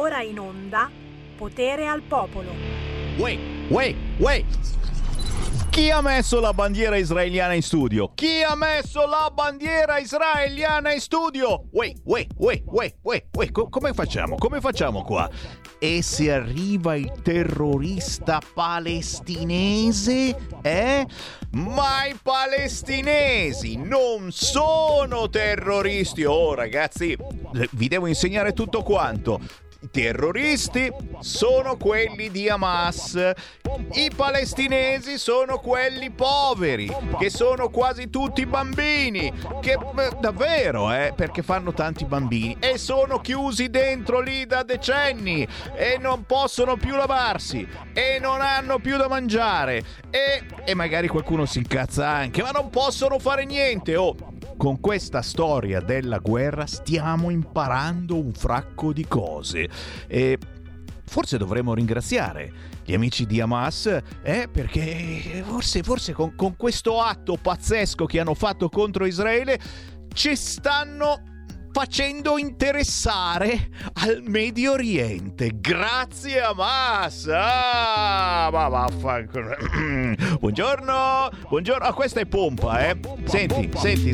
ora in onda Potere al Popolo. Wait! Chi ha messo la bandiera israeliana in studio? Chi ha messo la bandiera israeliana in studio? Wait. Come facciamo qua? E se arriva il terrorista palestinese? Ma i palestinesi non sono terroristi. Oh, ragazzi, vi devo insegnare tutto quanto. I terroristi sono quelli di Hamas, i palestinesi sono quelli poveri, che sono quasi tutti bambini, che davvero, perché fanno tanti bambini e sono chiusi dentro lì da decenni e non possono più lavarsi e non hanno più da mangiare e magari qualcuno si incazza anche, ma non possono fare niente. Con questa storia della guerra stiamo imparando un fracco di cose e forse dovremmo ringraziare gli amici di Hamas perché forse con questo atto pazzesco che hanno fatto contro Israele ci stanno facendo interessare al Medio Oriente. Grazie Hamas! Ma vaffanculo. Buongiorno. Questa è pompa, Senti.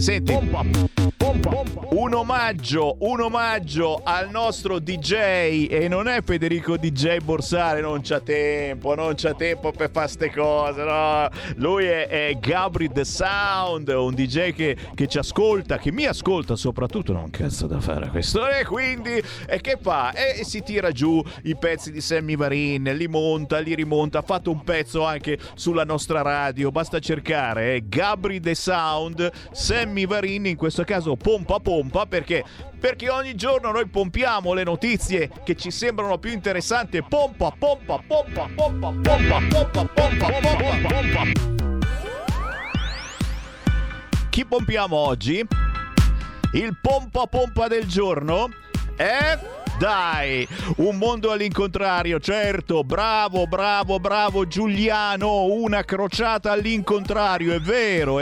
Un omaggio al nostro DJ, e non è Federico DJ Borsari, non c'ha tempo per fare ste cose, no. Lui è Gabri The Sound, un DJ che ci ascolta, che mi ascolta soprattutto, non cazzo da fare questo, e quindi che fa? E si tira giù i pezzi di Sammy Varin, li monta, li rimonta, ha fatto un pezzo anche sulla nostra radio, basta cercare Gabri The Sound, Sammy Varin, in questo caso pompa, perché ogni giorno noi pompiamo le notizie che ci sembrano più interessanti. Pompa. Chi pompiamo oggi? Il pompa del giorno dai, un mondo all'incontrario, certo, bravo Giuliano, una crociata all'incontrario, è vero,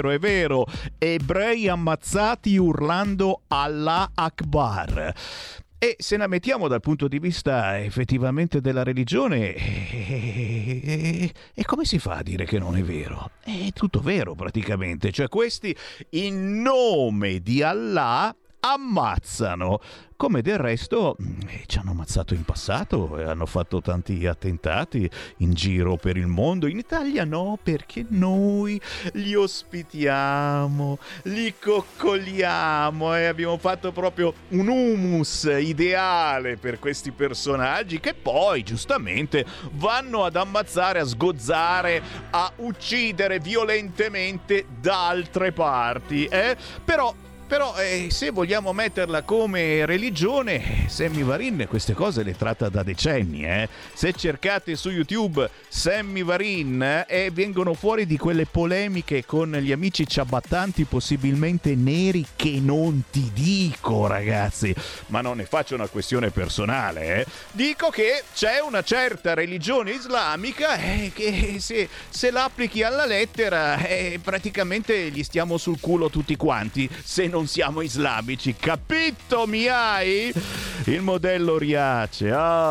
ebrei ammazzati urlando Allah Akbar. E se la mettiamo dal punto di vista effettivamente della religione, e come si fa a dire che non è vero? È tutto vero praticamente, cioè questi in nome di Allah ammazzano, come del resto ci hanno ammazzato in passato e hanno fatto tanti attentati in giro per il mondo. In Italia no, perché noi li ospitiamo, li coccoliamo e abbiamo fatto proprio un humus ideale per questi personaggi che poi giustamente vanno ad ammazzare, a sgozzare, a uccidere violentemente da altre parti, Però se vogliamo metterla come religione, Sammy Varin queste cose le tratta da decenni. Se cercate su YouTube Sammy Varin vengono fuori di quelle polemiche con gli amici ciabattanti possibilmente neri che non ti dico, ragazzi. Ma non ne faccio una questione personale. Dico che c'è una certa religione islamica che se l'applichi alla lettera praticamente gli stiamo sul culo tutti quanti, se non siamo islamici, capito mi hai? Il modello Riace,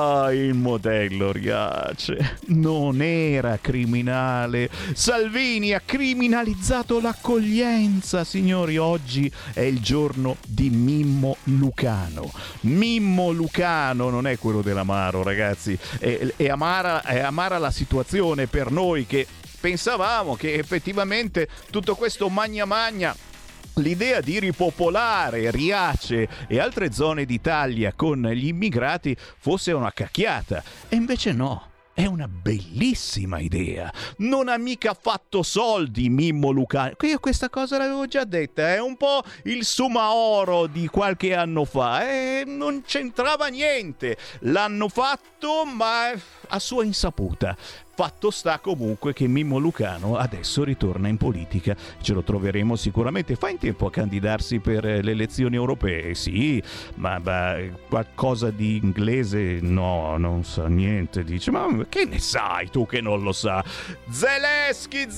non era criminale. Salvini ha criminalizzato l'accoglienza, signori. Oggi è il giorno di Mimmo Lucano. Mimmo Lucano non è quello dell'amaro, ragazzi. È amara la situazione per noi che pensavamo che effettivamente tutto questo magna l'idea di ripopolare Riace e altre zone d'Italia con gli immigrati fosse una cacchiata, e invece no. È una bellissima idea. Non ha mica fatto soldi Mimmo Lucano. Io questa cosa l'avevo già detta. È un po' il Sumaoro di qualche anno fa. Non c'entrava niente. L'hanno fatto, ma a sua insaputa. Fatto sta comunque che Mimmo Lucano adesso ritorna in politica. Ce lo troveremo sicuramente. Fa in tempo a candidarsi per le elezioni europee, sì, ma qualcosa di inglese no, non sa niente. Dice, ma che ne sai tu che non lo sa? Zelensky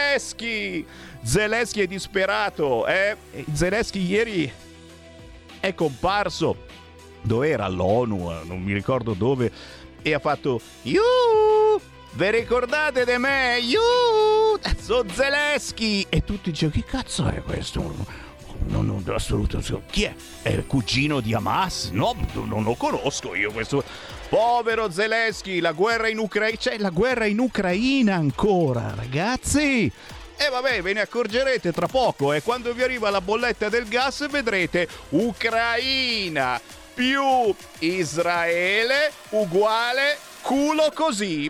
è disperato, Zelensky ieri è comparso dove era l'ONU, non mi ricordo dove, e ha fatto "Iuh! Ve ricordate di me? Iuh! So Zelensky!" E tutti dicevano "Che cazzo è questo?" Non assolutamente. Chi è? È il cugino di Hamas? No, non lo conosco io questo. Povero Zelensky, la guerra in Ucraina. C'è la guerra in Ucraina ancora, ragazzi. E vabbè, ve ne accorgerete tra poco. E quando vi arriva la bolletta del gas vedrete Ucraina più Israele uguale culo così.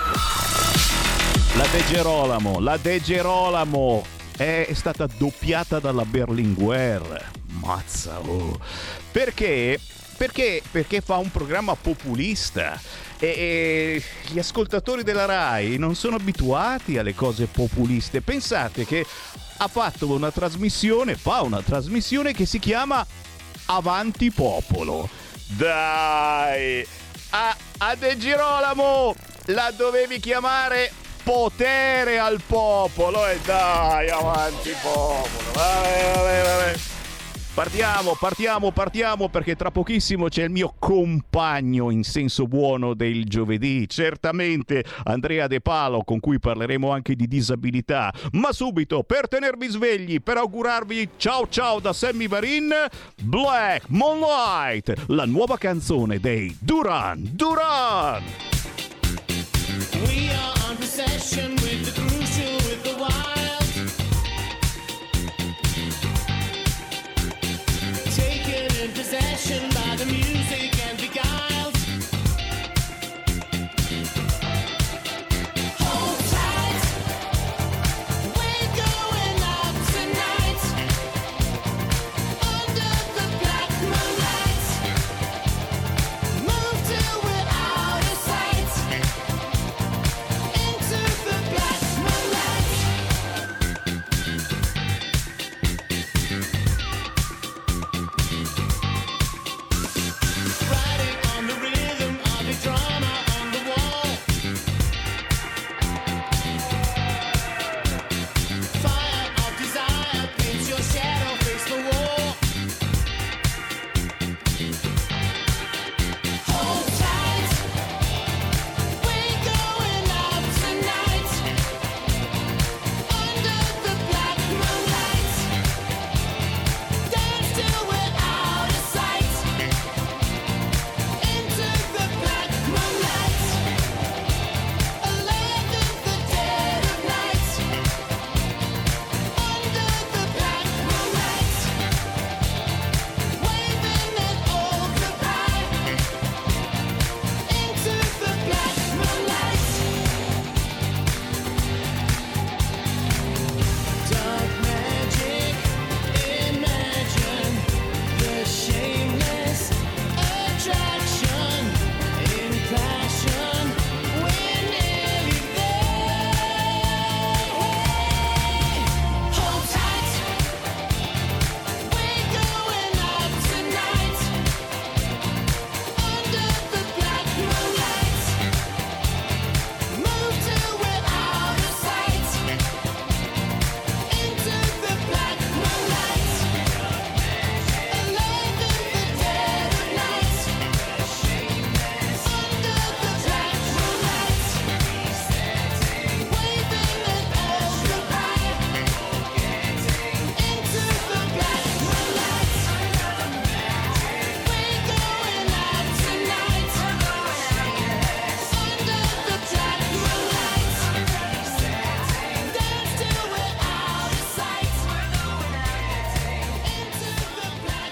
La De Gerolamo è stata doppiata dalla Berlinguer. Mazza, oh. Perché fa un programma populista e gli ascoltatori della Rai non sono abituati alle cose populiste. Pensate che fa una trasmissione che si chiama Avanti Popolo. Dai, a De Girolamo la dovevi chiamare Potere al popolo, e dai, avanti popolo. Vabbè. Partiamo perché tra pochissimo c'è il mio compagno in senso buono del giovedì, certamente Andrea De Palo, con cui parleremo anche di disabilità. Ma subito, per tenervi svegli, per augurarvi ciao da Sammy Varin, Black Moonlight, la nuova canzone dei Duran Duran. We are on possession with the crucial, with the wild. Taken in possession by the music and beguiled. Hold tight, we're going out tonight. Under the black moonlight. Move till we're out of sight. Into the black moonlight. Riding on the rhythm of the drama on the wall. Fire of desire paints your shadow, face the wall. Hold tight, we're going out tonight. Under the black moonlight. Dance till we're out of sight. Into the black moonlight. Alive in the dead of night. Under the black moonlight. Waving an old goodbye. Into the black moonlight. Dark magic, imagine the shameless attraction. In passion, we're nearly there. Hold tight, we're going out tonight. Under the black moonlight. Move till we're out of sight. Into the black moonlight. Alive in the dead of night. Under the black moonlight. Waving an old goodbye. Into the black moonlight. We're going out tonight. Under the black moonlight. Dance till we're out of sight. Into the black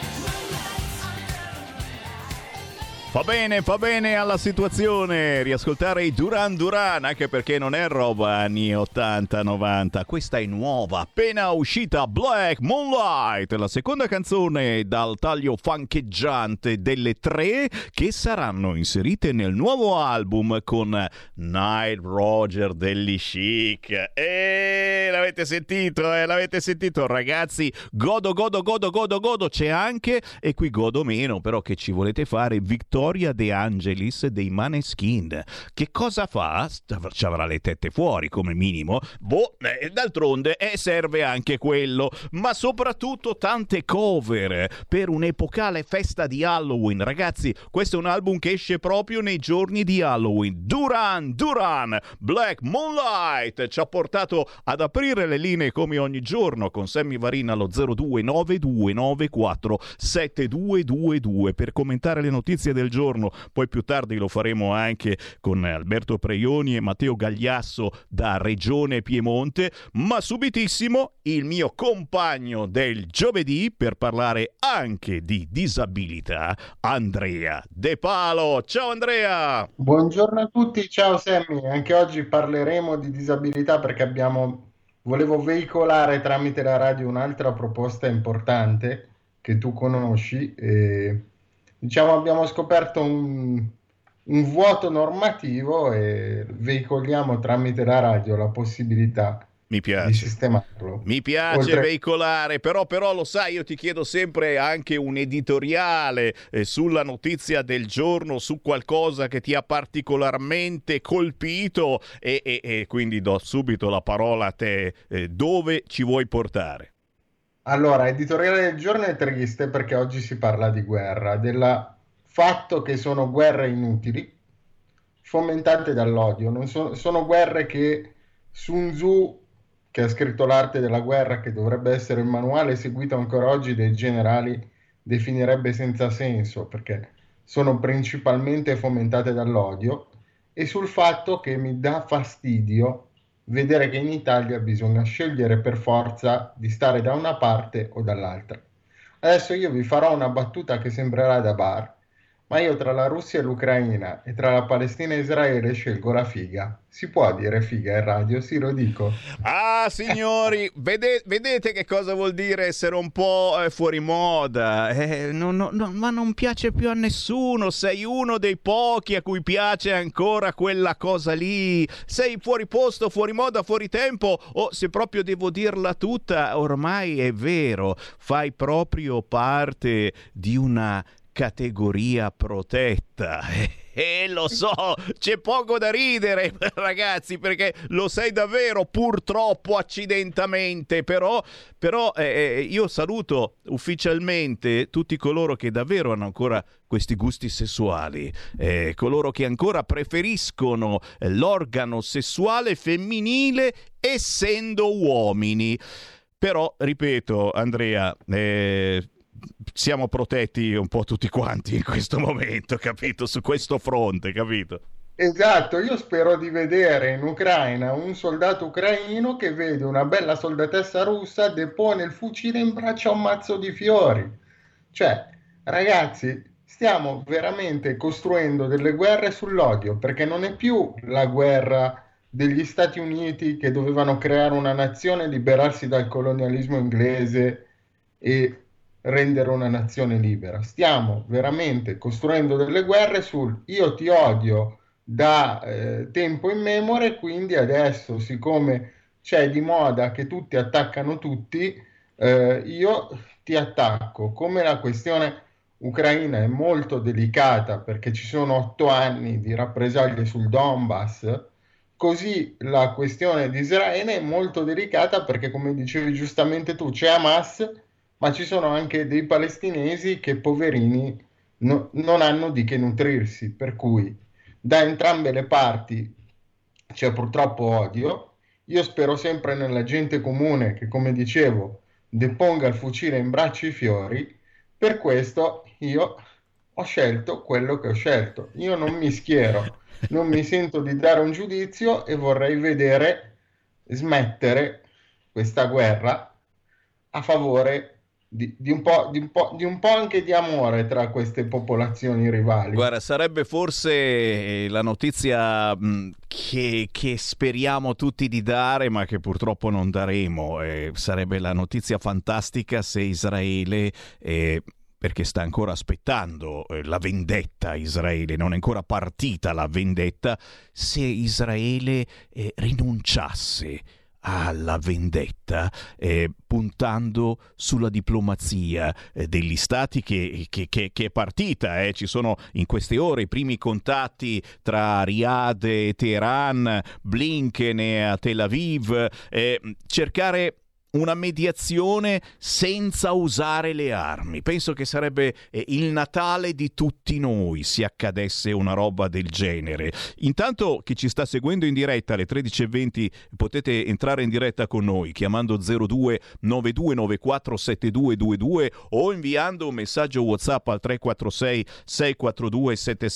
moonlight. Fa bene alla situazione riascoltare i Duran Duran, anche perché non è roba anni 80-90, questa è nuova, appena uscita, Black Moonlight, la seconda canzone dal taglio funcheggiante delle tre che saranno inserite nel nuovo album con Nile Rodgers degli Chic. L'avete sentito ragazzi, godo, c'è anche, e qui godo meno, però che ci volete fare, Victoria Gloria De Angelis dei Maneskin. Che cosa fa? Ci avrà le tette fuori come minimo. D'altronde serve anche quello, ma soprattutto tante cover per un'epocale festa di Halloween. Ragazzi, questo è un album che esce proprio nei giorni di Halloween. Duran Duran, Black Moonlight, ci ha portato ad aprire le linee come ogni giorno con Sammy Varin allo 0292947222 per commentare le notizie del giorno. Poi più tardi lo faremo anche con Alberto Preioni e Matteo Gagliasso da Regione Piemonte, ma subitissimo il mio compagno del giovedì per parlare anche di disabilità, Andrea De Palo. Ciao Andrea! Buongiorno a tutti, ciao Sammy. Anche oggi parleremo di disabilità perché volevo veicolare tramite la radio un'altra proposta importante che tu conosci. Abbiamo scoperto un vuoto normativo e veicoliamo tramite la radio la possibilità Mi piace. di sistemarlo. Mi piace veicolare, però lo sai, io ti chiedo sempre anche un editoriale sulla notizia del giorno, su qualcosa che ti ha particolarmente colpito e quindi do subito la parola a te. Dove ci vuoi portare? Allora, editoriale del giorno è triste perché oggi si parla di guerra, del fatto che sono guerre inutili, fomentate dall'odio. Sono guerre che Sun Tzu, che ha scritto L'arte della guerra, che dovrebbe essere il manuale seguito ancora oggi dai generali, definirebbe senza senso, perché sono principalmente fomentate dall'odio e sul fatto che mi dà fastidio vedere che in Italia bisogna scegliere per forza di stare da una parte o dall'altra. Adesso io vi farò una battuta che sembrerà da bar, ma io tra la Russia e l'Ucraina e tra la Palestina e Israele scelgo la figa. Si può dire figa in radio? Sì, lo dico. Ah, signori, vedete che cosa vuol dire essere un po' fuori moda? Ma non piace più a nessuno. Sei uno dei pochi a cui piace ancora quella cosa lì. Sei fuori posto, fuori moda, fuori tempo. O se proprio devo dirla tutta, ormai è vero, fai proprio parte di una categoria protetta. Lo so, c'è poco da ridere, ragazzi, perché lo sei davvero, purtroppo, accidentamente, però io saluto ufficialmente tutti coloro che davvero hanno ancora questi gusti sessuali, coloro che ancora preferiscono l'organo sessuale femminile essendo uomini. Però, ripeto, Andrea, siamo protetti un po' tutti quanti in questo momento, capito? Su questo fronte, capito? Esatto, io spero di vedere in Ucraina un soldato ucraino che vede una bella soldatessa russa, depone il fucile in braccio a un mazzo di fiori. Cioè, ragazzi, stiamo veramente costruendo delle guerre sull'odio, perché non è più la guerra degli Stati Uniti che dovevano creare una nazione, liberarsi dal colonialismo inglese e rendere una nazione libera. Stiamo veramente costruendo delle guerre sul io ti odio da tempo immemore, quindi adesso, siccome c'è di moda che tutti attaccano tutti, io ti attacco. Come la questione ucraina è molto delicata perché ci sono 8 anni di rappresaglie sul Donbass, così la questione di Israele è molto delicata perché, come dicevi giustamente tu, c'è Hamas, ma ci sono anche dei palestinesi che, poverini, non hanno di che nutrirsi, per cui da entrambe le parti c'è purtroppo odio. Io spero sempre nella gente comune che, come dicevo, deponga il fucile in braccio i fiori. Per questo io ho scelto quello che ho scelto. Io non mi schiero, non mi sento di dare un giudizio e vorrei vedere smettere questa guerra a favore di un po' anche di amore tra queste popolazioni rivali. Guarda, sarebbe forse la notizia che speriamo tutti di dare, ma che purtroppo non daremo. Sarebbe la notizia fantastica se Israele, perché sta ancora aspettando la vendetta, Israele, non è ancora partita la vendetta, se Israele rinunciasse alla vendetta, puntando sulla diplomazia degli stati che è partita. Ci sono in queste ore i primi contatti tra Riyadh e Teheran, Blinken a Tel Aviv, cercare una mediazione senza usare le armi. Penso che sarebbe il Natale di tutti noi se accadesse una roba del genere. Intanto, chi ci sta seguendo in diretta alle 13:20 potete entrare in diretta con noi chiamando 02 9294 7222 o inviando un messaggio WhatsApp al 346 642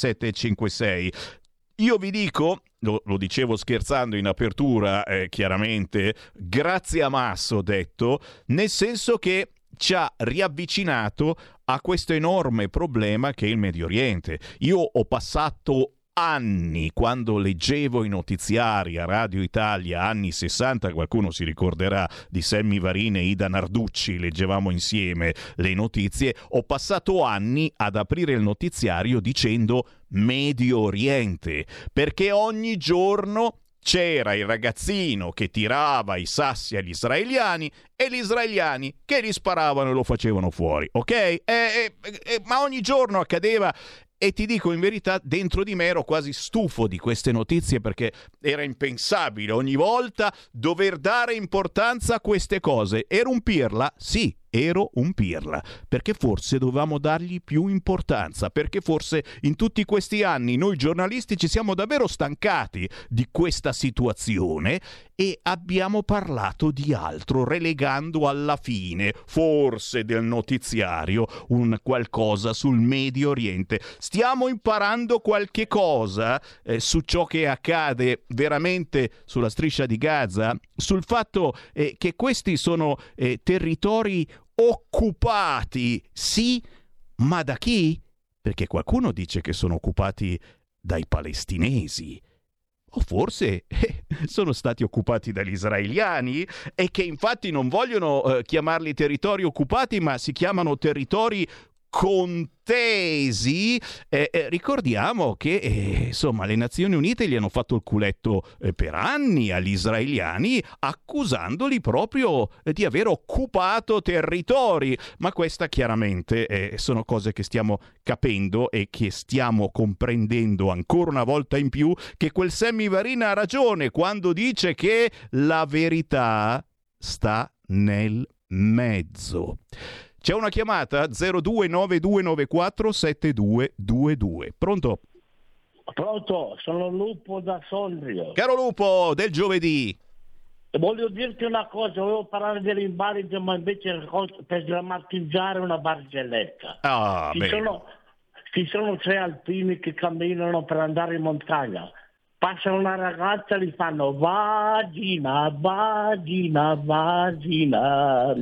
7756. Io vi dico, lo dicevo scherzando in apertura, chiaramente, grazie a Hamas, ho detto, nel senso che ci ha riavvicinato a questo enorme problema che è il Medio Oriente. Io ho passato anni, quando leggevo i notiziari a Radio Italia, anni 60, qualcuno si ricorderà di Sammy Varin e Ida Narducci, leggevamo insieme le notizie, ho passato anni ad aprire il notiziario dicendo Medio Oriente, perché ogni giorno c'era il ragazzino che tirava i sassi agli israeliani e gli israeliani che gli sparavano e lo facevano fuori, ok? Ma ogni giorno accadeva. E ti dico in verità, dentro di me ero quasi stufo di queste notizie, perché era impensabile ogni volta dover dare importanza a queste cose. Ero un pirla? Sì, ero un pirla, perché forse dovevamo dargli più importanza, perché forse in tutti questi anni noi giornalisti ci siamo davvero stancati di questa situazione e abbiamo parlato di altro, relegando alla fine, forse del notiziario, un qualcosa sul Medio Oriente. Stiamo imparando qualche cosa su ciò che accade veramente sulla striscia di Gaza, sul fatto che questi sono territori occupati, sì, ma da chi? Perché qualcuno dice che sono occupati dai palestinesi. O forse sono stati occupati dagli israeliani e che infatti non vogliono chiamarli territori occupati, ma si chiamano territori contesi. Ricordiamo che insomma le Nazioni Unite gli hanno fatto il culetto per anni agli israeliani, accusandoli proprio di aver occupato territori, ma questa chiaramente sono cose che stiamo capendo e che stiamo comprendendo ancora una volta in più, che quel Sammy Varin ha ragione quando dice che la verità sta nel mezzo. C'è una chiamata 0292947222. Pronto? Pronto, sono Lupo da Sondrio. Caro Lupo, del giovedì. Voglio dirti una cosa, volevo parlare dell'invalido, ma invece per drammatizzare una barzelletta. Ci sono tre alpini che camminano per andare in montagna. Passa una ragazza e gli fanno vagina, vagina, vagina.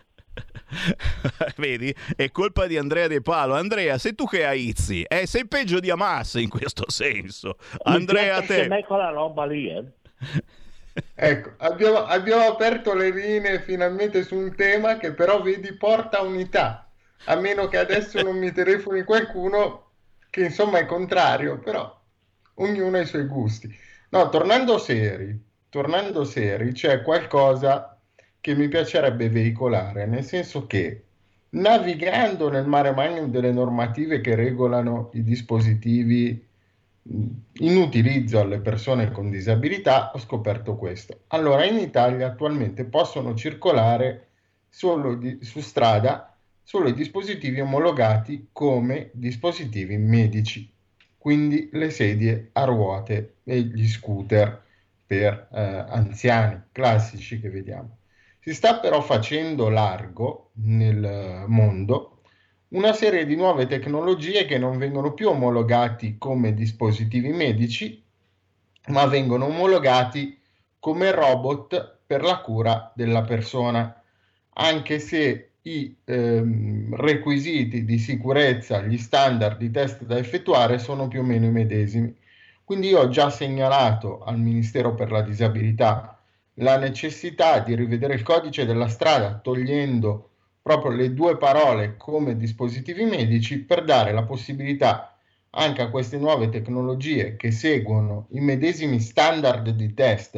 Vedi, è colpa di Andrea De Palo. Andrea, sei tu che hai Izzi, sei peggio di Hamas in questo senso. Andrea, a te. Me quella roba lì, Ecco, abbiamo aperto le linee finalmente su un tema che però vedi porta unità, a meno che adesso non mi telefoni qualcuno che insomma è contrario, però ognuno ha i suoi gusti. No, tornando seri, c'è qualcosa che mi piacerebbe veicolare, nel senso che navigando nel mare magnum delle normative che regolano i dispositivi in utilizzo alle persone con disabilità, ho scoperto questo. Allora, in Italia attualmente possono circolare su strada solo i dispositivi omologati come dispositivi medici, quindi le sedie a ruote e gli scooter per anziani classici che vediamo. Si sta però facendo largo nel mondo una serie di nuove tecnologie che non vengono più omologati come dispositivi medici, ma vengono omologati come robot per la cura della persona, anche se i requisiti di sicurezza, gli standard di test da effettuare sono più o meno i medesimi. Quindi io ho già segnalato al Ministero per la Disabilità la necessità di rivedere il codice della strada togliendo proprio le due parole come dispositivi medici, per dare la possibilità anche a queste nuove tecnologie che seguono i medesimi standard di test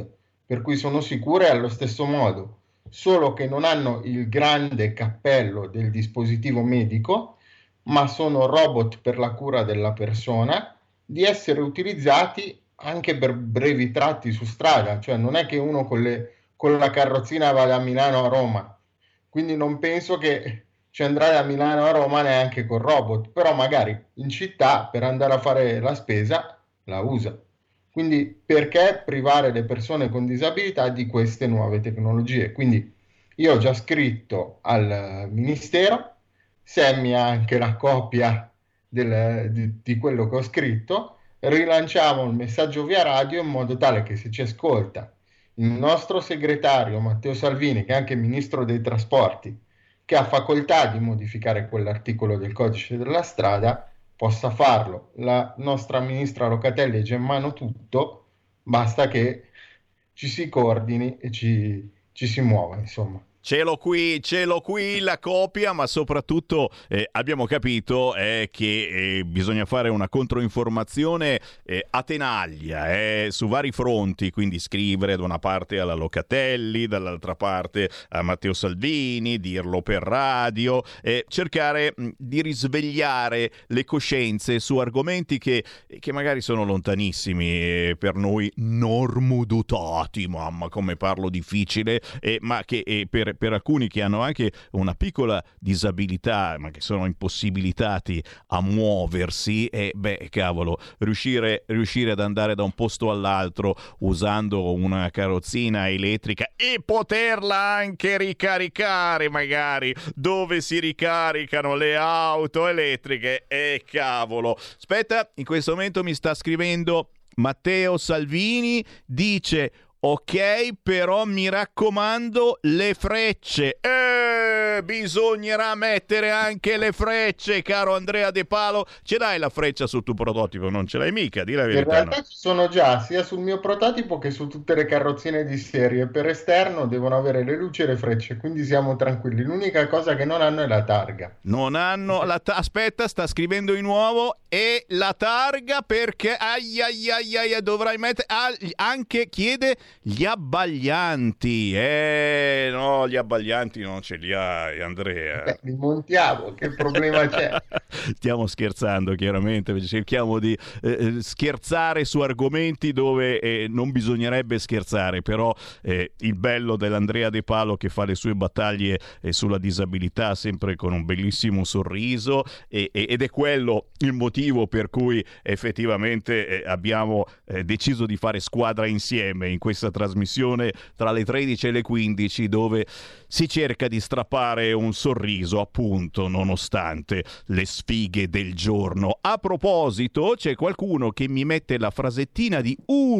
per cui sono sicure allo stesso modo, solo che non hanno il grande cappello del dispositivo medico, ma sono robot per la cura della persona, di essere utilizzati anche per brevi tratti su strada, cioè non è che uno con la carrozzina va da Milano a Roma, quindi non penso che ci andrà da Milano a Roma neanche col robot, però magari in città per andare a fare la spesa la usa. Quindi perché privare le persone con disabilità di queste nuove tecnologie? Quindi io ho già scritto al Ministero, Sammy ha anche la copia di quello che ho scritto, rilanciamo il messaggio via radio in modo tale che se ci ascolta il nostro segretario Matteo Salvini, che è anche Ministro dei Trasporti, che ha facoltà di modificare quell'articolo del codice della strada, possa farlo. La nostra ministra Locatelli è già in mano tutto, basta che ci si coordini e ci si muova, insomma. Ce l'ho qui la copia, ma soprattutto abbiamo capito che bisogna fare una controinformazione a tenaglia su vari fronti, quindi scrivere da una parte alla Locatelli, dall'altra parte a Matteo Salvini, dirlo per radio, cercare di risvegliare le coscienze su argomenti che magari sono lontanissimi per noi normodotati, mamma come parlo difficile, ma che per alcuni che hanno anche una piccola disabilità, ma che sono impossibilitati a muoversi, cavolo, riuscire ad andare da un posto all'altro usando una carrozzina elettrica e poterla anche ricaricare magari dove si ricaricano le auto elettriche, cavolo. Aspetta, in questo momento mi sta scrivendo Matteo Salvini, dice: ok, però mi raccomando le frecce. Bisognerà mettere anche le frecce, caro Andrea De Palo. Ce l'hai la freccia sul tuo prototipo? Non ce l'hai mica, di la verità. In realtà ci sono già, sia sul mio prototipo che su tutte le carrozzine di serie. Per esterno devono avere le luci e le frecce, quindi siamo tranquilli. L'unica cosa che non hanno è la targa. Non hanno la aspetta, sta scrivendo di nuovo. E la targa perché dovrai mettere anche, chiede, gli abbaglianti. No, gli abbaglianti non ce li hai, Andrea. Li montiamo, che problema c'è? Stiamo scherzando, chiaramente, cerchiamo di scherzare su argomenti dove non bisognerebbe scherzare, però il bello dell'Andrea De Palo, che fa le sue battaglie sulla disabilità sempre con un bellissimo sorriso, ed è quello il motivo per cui effettivamente abbiamo deciso di fare squadra insieme in questa trasmissione tra le 13 e le 15, dove si cerca di strappare un sorriso, appunto, nonostante le sfighe del giorno. A proposito, c'è qualcuno che mi mette la frasettina di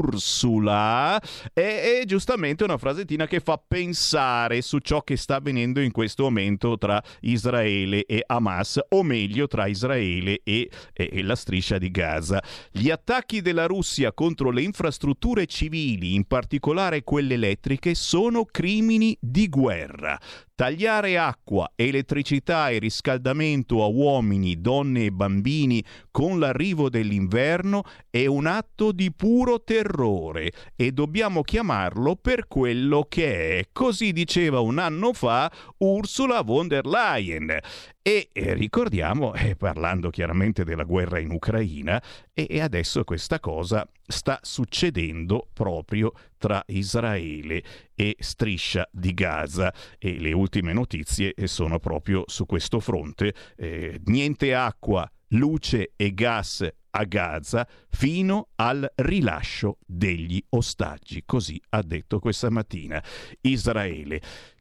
Ursula, è giustamente una frasettina che fa pensare su ciò che sta avvenendo in questo momento tra Israele e Hamas, o meglio tra Israele e la striscia di Gaza. Gli attacchi della Russia contro le infrastrutture civili, in particolare quelle elettriche, sono crimini di guerra. Tagliare acqua, elettricità e riscaldamento a uomini, donne e bambini con l'arrivo dell'inverno è un atto di puro terrore e dobbiamo chiamarlo per quello che è. Così diceva un anno fa Ursula von der Leyen. E ricordiamo, parlando chiaramente della guerra in Ucraina, e adesso questa cosa sta succedendo proprio tra Israele e striscia di Gaza, e le ultime notizie sono proprio su questo fronte. Niente acqua, luce e gas a Gaza fino al rilascio degli ostaggi, così ha detto questa mattina Israele.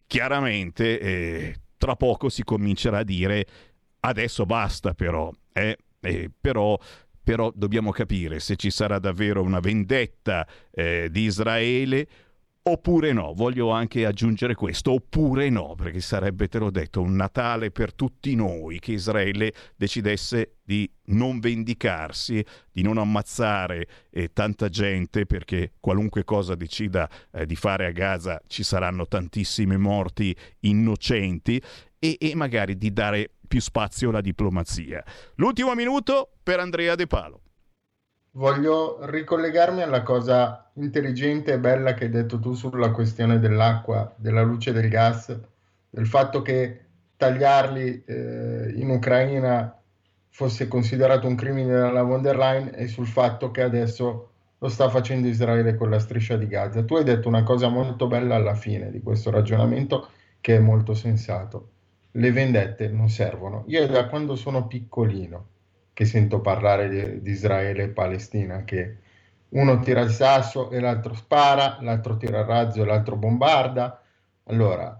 Chiaramente tra poco si comincerà a dire adesso basta, però dobbiamo capire se ci sarà davvero una vendetta di Israele oppure no. Voglio anche aggiungere questo, oppure no, perché sarebbe, te l'ho detto, un Natale per tutti noi che Israele decidesse di non vendicarsi, di non ammazzare tanta gente, perché qualunque cosa decida di fare a Gaza ci saranno tantissimi morti innocenti, e magari di dare più spazio alla diplomazia. L'ultimo minuto per Andrea De Palo. voglio ricollegarmi alla cosa intelligente e bella che hai detto tu sulla questione dell'acqua, della luce e del gas, del fatto che tagliarli in Ucraina fosse considerato un crimine dalla von der Leyen e sul fatto che adesso lo sta facendo Israele con la striscia di Gaza. Tu hai detto una cosa molto bella alla fine di questo ragionamento che è molto sensato. Le vendette non servono. Io da quando sono piccolino che sento parlare di Israele e Palestina, che uno tira il sasso e l'altro spara, l'altro tira il razzo e l'altro bombarda. Allora,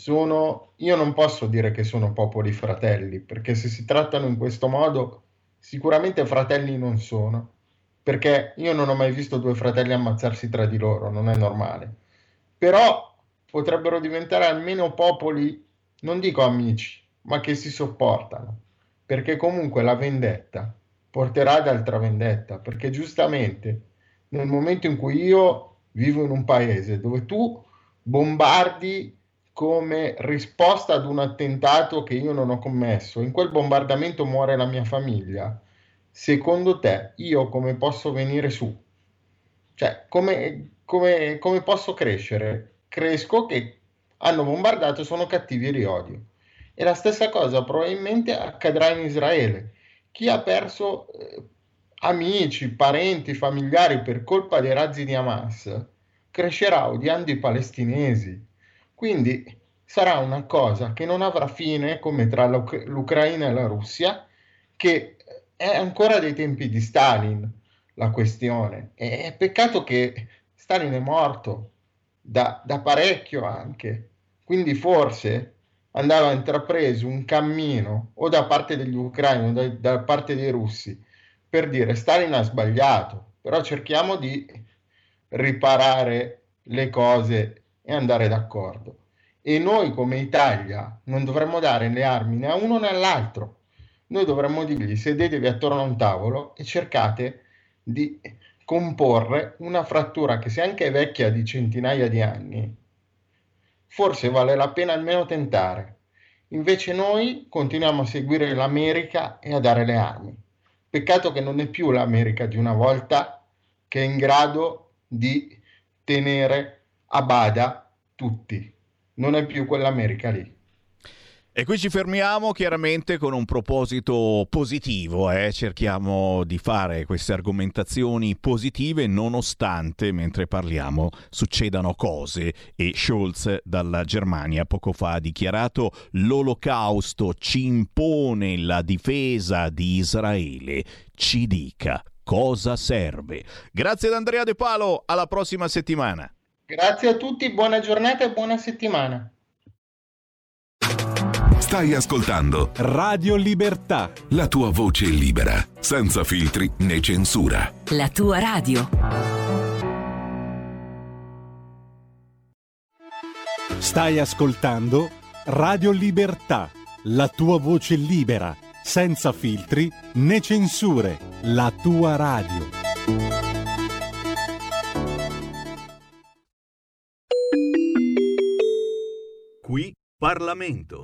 io non posso dire che sono popoli fratelli, perché se si trattano in questo modo, sicuramente fratelli non sono, perché io non ho mai visto due fratelli ammazzarsi tra di loro, non è normale. Però potrebbero diventare almeno popoli, non dico amici, ma che si sopportano, perché comunque la vendetta porterà ad altra vendetta, perché giustamente nel momento in cui io vivo in un paese dove tu bombardi come risposta ad un attentato che io non ho commesso, in quel bombardamento muore la mia famiglia, secondo te io come posso venire su? Cioè, come posso crescere? Cresco che hanno bombardato, sono cattivi e li odio. E la stessa cosa probabilmente accadrà in Israele. Chi ha perso amici, parenti, familiari per colpa dei razzi di Hamas crescerà odiando i palestinesi. Quindi sarà una cosa che non avrà fine, come tra l'Ucraina e la Russia, che è ancora dei tempi di Stalin la questione. È peccato che Stalin è morto da parecchio anche, quindi forse andava intrapreso un cammino o da parte degli ucraini o da parte dei russi per dire Stalin ha sbagliato, però cerchiamo di riparare le cose e andare d'accordo. E noi come Italia non dovremmo dare le armi né a uno né all'altro. Noi dovremmo dirgli sedetevi attorno a un tavolo e cercate di comporre una frattura che se anche è vecchia di centinaia di anni, forse vale la pena almeno tentare. Invece noi continuiamo a seguire l'America e a dare le armi. Peccato che non è più l'America di una volta che è in grado di tenere a bada tutti. Non è più quell'America lì. E qui ci fermiamo chiaramente con un proposito positivo, cerchiamo di fare queste argomentazioni positive nonostante, mentre parliamo, succedano cose e Scholz dalla Germania poco fa ha dichiarato l'olocausto ci impone la difesa di Israele, ci dica cosa serve. Grazie ad Andrea De Palo, alla prossima settimana. Grazie a tutti, buona giornata e buona settimana. Stai ascoltando Radio Libertà, la tua voce libera, senza filtri né censura. La tua radio. Stai ascoltando Radio Libertà, la tua voce libera, senza filtri né censure. La tua radio. Qui Parlamento.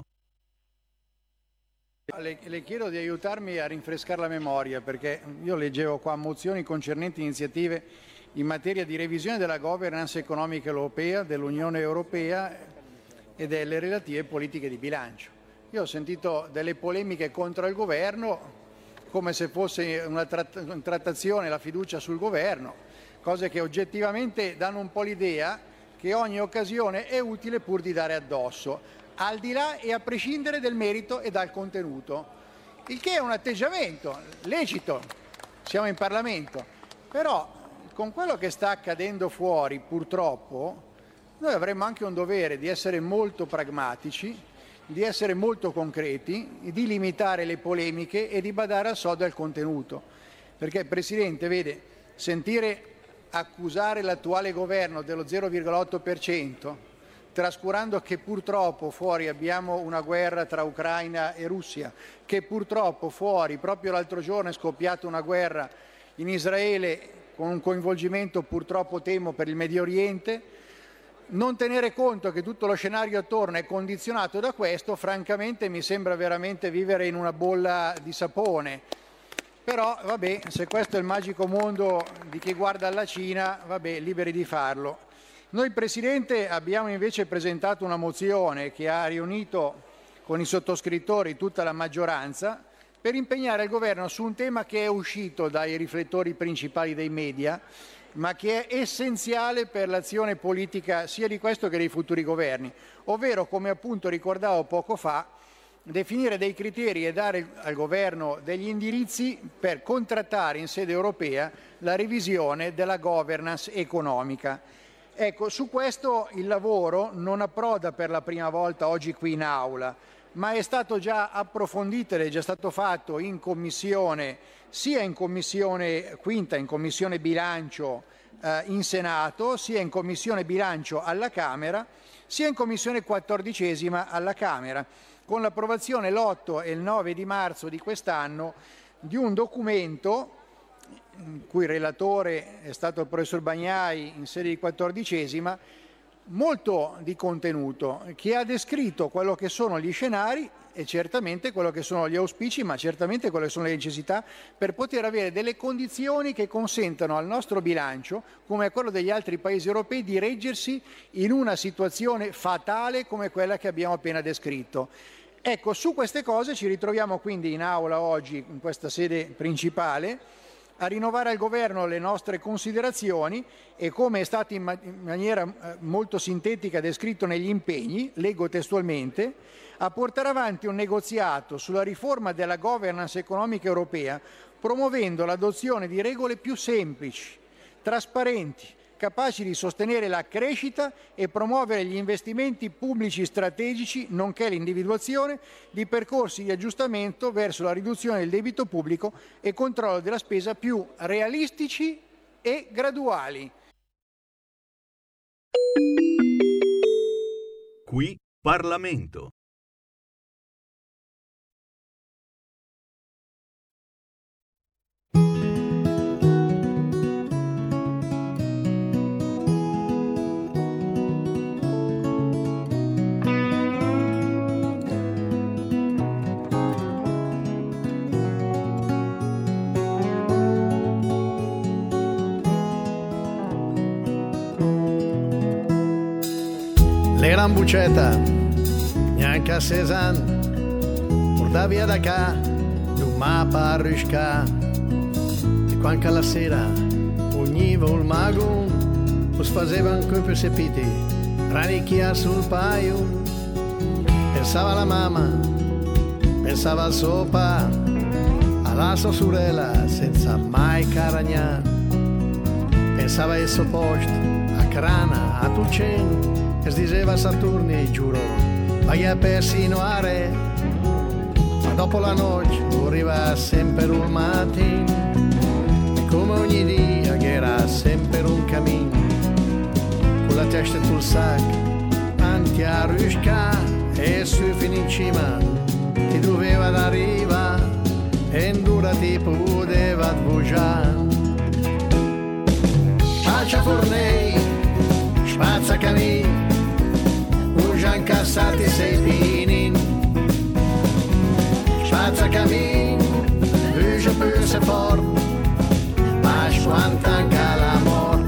Le chiedo di aiutarmi a rinfrescare la memoria, perché io leggevo qua mozioni concernenti iniziative in materia di revisione della governance economica europea, dell'Unione Europea e delle relative politiche di bilancio. Io ho sentito delle polemiche contro il governo, come se fosse una trattazione, la fiducia sul governo, cose che oggettivamente danno un po' l'idea che ogni occasione è utile pur di dare addosso, al di là e a prescindere del merito e dal contenuto, il che è un atteggiamento lecito, siamo in Parlamento, però con quello che sta accadendo fuori purtroppo noi avremmo anche un dovere di essere molto pragmatici, di essere molto concreti, di limitare le polemiche e di badare al sodo al contenuto, perché Presidente, vede, sentire accusare l'attuale governo dello 0,8%, trascurando che purtroppo fuori abbiamo una guerra tra Ucraina e Russia, che purtroppo fuori, proprio l'altro giorno è scoppiata una guerra in Israele con un coinvolgimento purtroppo temo per il Medio Oriente, non tenere conto che tutto lo scenario attorno è condizionato da questo, francamente mi sembra veramente vivere in una bolla di sapone. Però vabbè, se questo è il magico mondo di chi guarda alla Cina, vabbè, liberi di farlo. Noi, Presidente, abbiamo invece presentato una mozione che ha riunito con i sottoscrittori tutta la maggioranza per impegnare il Governo su un tema che è uscito dai riflettori principali dei media, ma che è essenziale per l'azione politica sia di questo che dei futuri governi, ovvero, come appunto ricordavo poco fa, definire dei criteri e dare al Governo degli indirizzi per contrattare in sede europea la revisione della governance economica. Ecco, su questo il lavoro non approda per la prima volta oggi qui in aula, ma è stato già approfondito ed è già stato fatto in Commissione, sia in Commissione quinta, in Commissione bilancio in Senato, sia in Commissione bilancio alla Camera, sia in Commissione 14ª alla Camera, con l'approvazione l'8 e il 9 di marzo di quest'anno di un documento in cui il relatore è stato il professor Bagnai in sede di 14ª, molto di contenuto, che ha descritto quello che sono gli scenari e certamente quello che sono gli auspici, ma certamente quelle sono le necessità per poter avere delle condizioni che consentano al nostro bilancio, come a quello degli altri paesi europei, di reggersi in una situazione fatale come quella che abbiamo appena descritto. Ecco, su queste cose ci ritroviamo quindi in aula oggi, in questa sede principale, a rinnovare al Governo le nostre considerazioni e, come è stato in maniera molto sintetica descritto negli impegni, leggo testualmente, a portare avanti un negoziato sulla riforma della governance economica europea, promuovendo l'adozione di regole più semplici, trasparenti, capaci di sostenere la crescita e promuovere gli investimenti pubblici strategici, nonché l'individuazione di percorsi di aggiustamento verso la riduzione del debito pubblico e controllo della spesa più realistici e graduali. Qui Parlamento. Gran buceta, neanche a 6 anni, porta via da qua, un mappa a risca, e quando la sera univa il mago, si facevano come sepiti, ranicchia sul paio, pensava alla mamma, pensava al suo papà, alla sua sorella senza mai caragnare, pensava al suo posto, a Crana, a Tucen, che si diceva Saturni, giuro, vai a persino a re, ma dopo la notte arriva sempre un mattino, e come ogni dia che era sempre un cammino, con la testa sul sacco, avanti a rusca, e su fino in cima, ti doveva d'arriva, e in dura ti poteva sbugiare. Faccia fornei, spazza cammin, Ujan cassati sei pinin, spazza cammin, uja puse fort, ma quanta anche l'amor.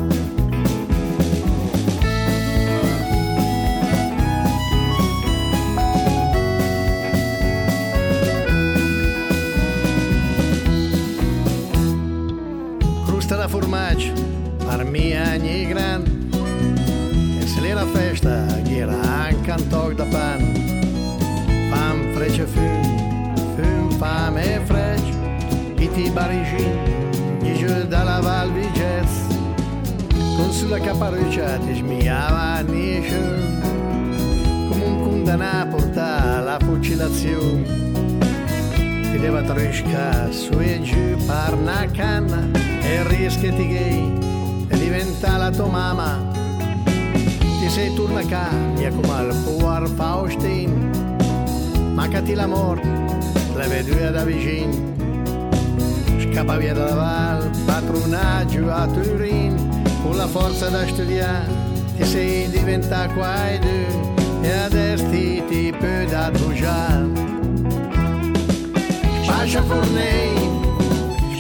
Crusta da formaggio, per mia ogni grande, la festa che era anche un tocco da pan, fam frecce fum, fame e frecce, e ti barigini, gli giù dalla Val Vigez, con sulla caparuccia ti smiava nisce, come un condannato a portare alla fucilazione, ti deve tresca su e giù per una canna, e rischiati gay, e diventa la tua mamma. Ti sei torna qua, mia come al Puar Faustin, mancati la morte, la vedua da vicino, scappa via dalla Val, patronaggio a Turin, con la forza da studiare, ti sei diventato qua e due, e adesso ti puoi da bruciare. Spaccia fornei,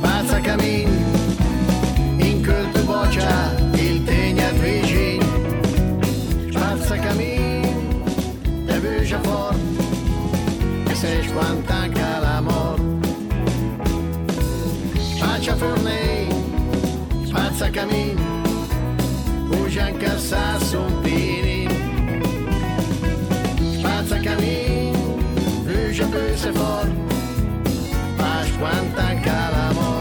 camin, in quel tu boccia il tegnat vicin. Spazza camin, te vuja fort, e se quant anca l'amor. Spaccia fornei, spazza camin, vuja anca sa son pinin. Spazza camin, vuja pöse fort, pas quant anca l'amor.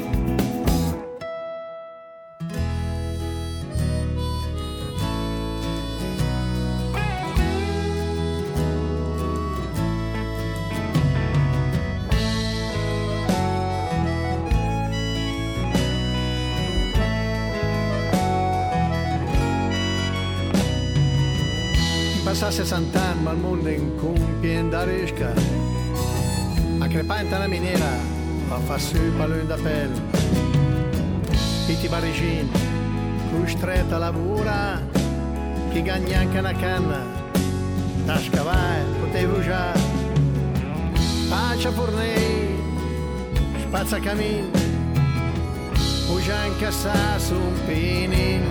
Passa 60 anni ma il mondo in compien da risca, a crepanta la miniera a fa su il pallone da pelle, piti barigin costretta a lavora, chi gagna anche una canna da scavare potevo già. Faccia fornei spazza camin, puja anche sa su un pinin.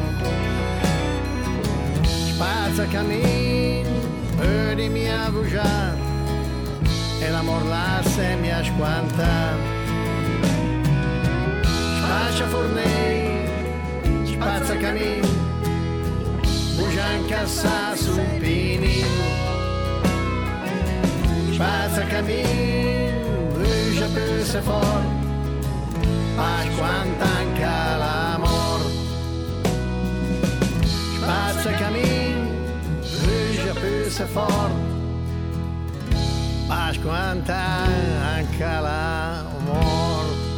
Spazza camin, di mia vuja, e l'amor là se mi asquanta. Spaccia fornei, spazza camin, vuja in cassa su un pinin. Spazza camin, vuja per se for, asquanta anche l'amor. Spazza camin, vuja per se for, asquanta anche l'amor.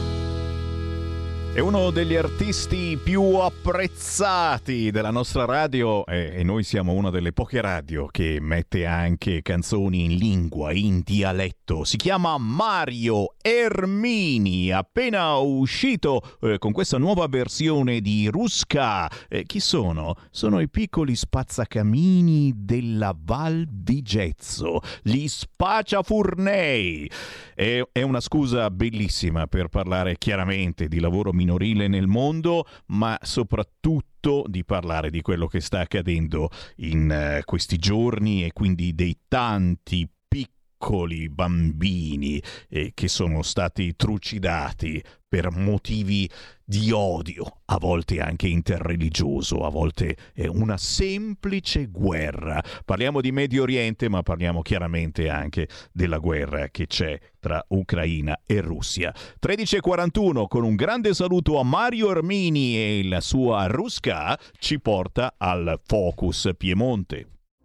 È uno degli artisti più apprezzati della nostra radio e noi siamo una delle poche radio che mette anche canzoni in lingua, in dialetto. Si chiama Mario Ermini, appena uscito con questa nuova versione di Ruska. Chi sono? Sono i piccoli spazzacamini della Val Vigezzo, gli Spacciafurnei. È una scusa bellissima per parlare chiaramente di lavoro minorile nel mondo, ma soprattutto di parlare di quello che sta accadendo in questi giorni e quindi dei tanti piccoli bambini che sono stati trucidati per motivi di odio, a volte anche interreligioso, a volte è una semplice guerra. Parliamo di Medio Oriente, ma parliamo chiaramente anche della guerra che c'è tra Ucraina e Russia. 13:41, con un grande saluto a Mario Ermini e la sua Ruska, ci porta al Focus Piemonte.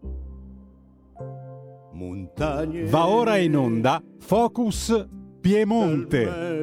Va ora in onda Focus Piemonte.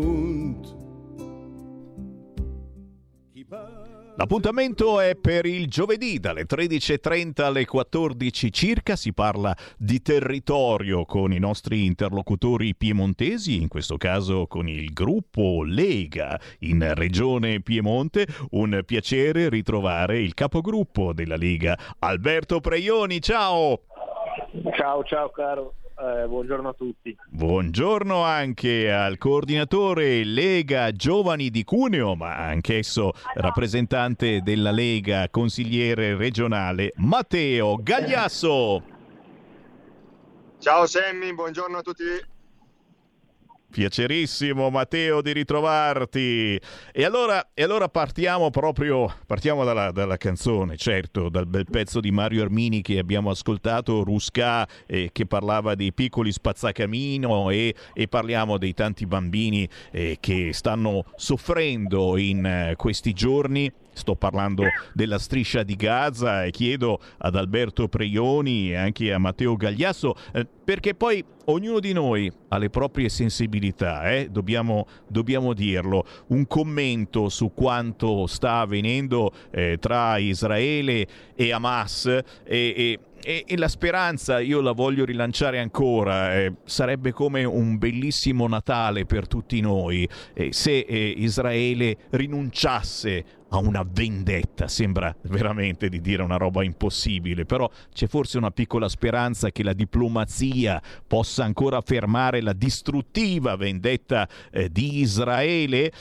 L'appuntamento è per il giovedì dalle 13:30 alle 14 circa. Si parla di territorio con i nostri interlocutori piemontesi, in questo caso con il gruppo Lega in Regione Piemonte. Un piacere ritrovare il capogruppo della Lega, Alberto Preioni. Ciao! Ciao caro. Buongiorno a tutti. Buongiorno anche al coordinatore Lega Giovani di Cuneo, ma anch'esso rappresentante della Lega, consigliere regionale, Matteo Gagliasso. Ciao Sammy, buongiorno a tutti. Piacerissimo Matteo di ritrovarti. E allora partiamo dalla canzone, certo, dal bel pezzo di Mario Ermini che abbiamo ascoltato, Ruska, che parlava dei piccoli spazzacamino e parliamo dei tanti bambini che stanno soffrendo in questi giorni. Sto parlando della striscia di Gaza e chiedo ad Alberto Preioni e anche a Matteo Gagliasso, perché poi ognuno di noi ha le proprie sensibilità, dobbiamo dirlo, un commento su quanto sta avvenendo tra Israele e Hamas e la speranza, io la voglio rilanciare ancora, sarebbe come un bellissimo Natale per tutti noi se Israele rinunciasse a una vendetta. Sembra veramente di dire una roba impossibile, però c'è forse una piccola speranza che la diplomazia possa ancora fermare la distruttiva vendetta di Israele.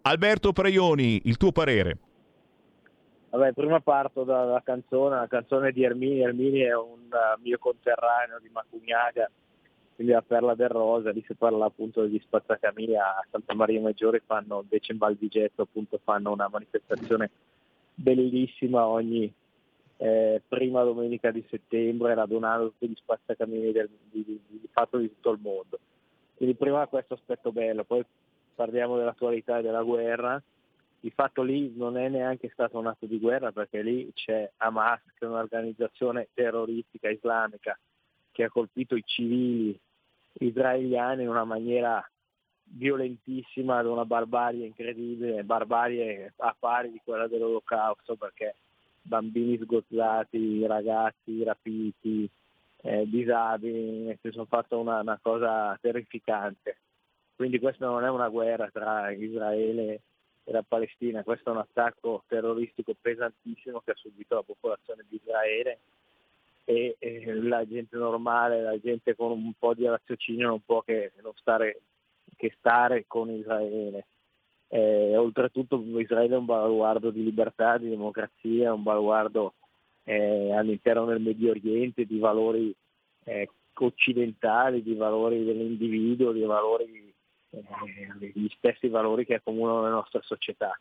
Alberto Preioni, il tuo parere? Vabbè, prima parto dalla canzone, la canzone di Ermini. Ermini è un mio conterraneo di Macugnaga, quindi la Perla del Rosa. Lì si parla appunto degli spazzacamini a Santa Maria Maggiore, fanno invece in Val di Getto, appunto fanno una manifestazione bellissima ogni prima domenica di settembre, radunando tutti gli spazzacamini di fatto di tutto il mondo. Quindi prima questo aspetto bello, poi parliamo dell'attualità e della guerra. Di fatto lì non è neanche stato un atto di guerra, perché lì c'è Hamas, che è un'organizzazione terroristica islamica che ha colpito i civili israeliani in una maniera violentissima, ad una barbarie incredibile, barbarie a pari di quella dell'Olocausto, perché bambini sgozzati, ragazzi rapiti, disabili, si sono fatto una cosa terrificante. Quindi questa non è una guerra tra Israele e la Palestina, questo è un attacco terroristico pesantissimo che ha subito la popolazione di Israele, e la gente normale, la gente con un po' di raziocinio non può che stare con Israele. Oltretutto Israele è un baluardo di libertà, di democrazia, un baluardo all'interno del Medio Oriente di valori occidentali, di valori dell'individuo, di valori gli stessi valori che accomunano le nostre società.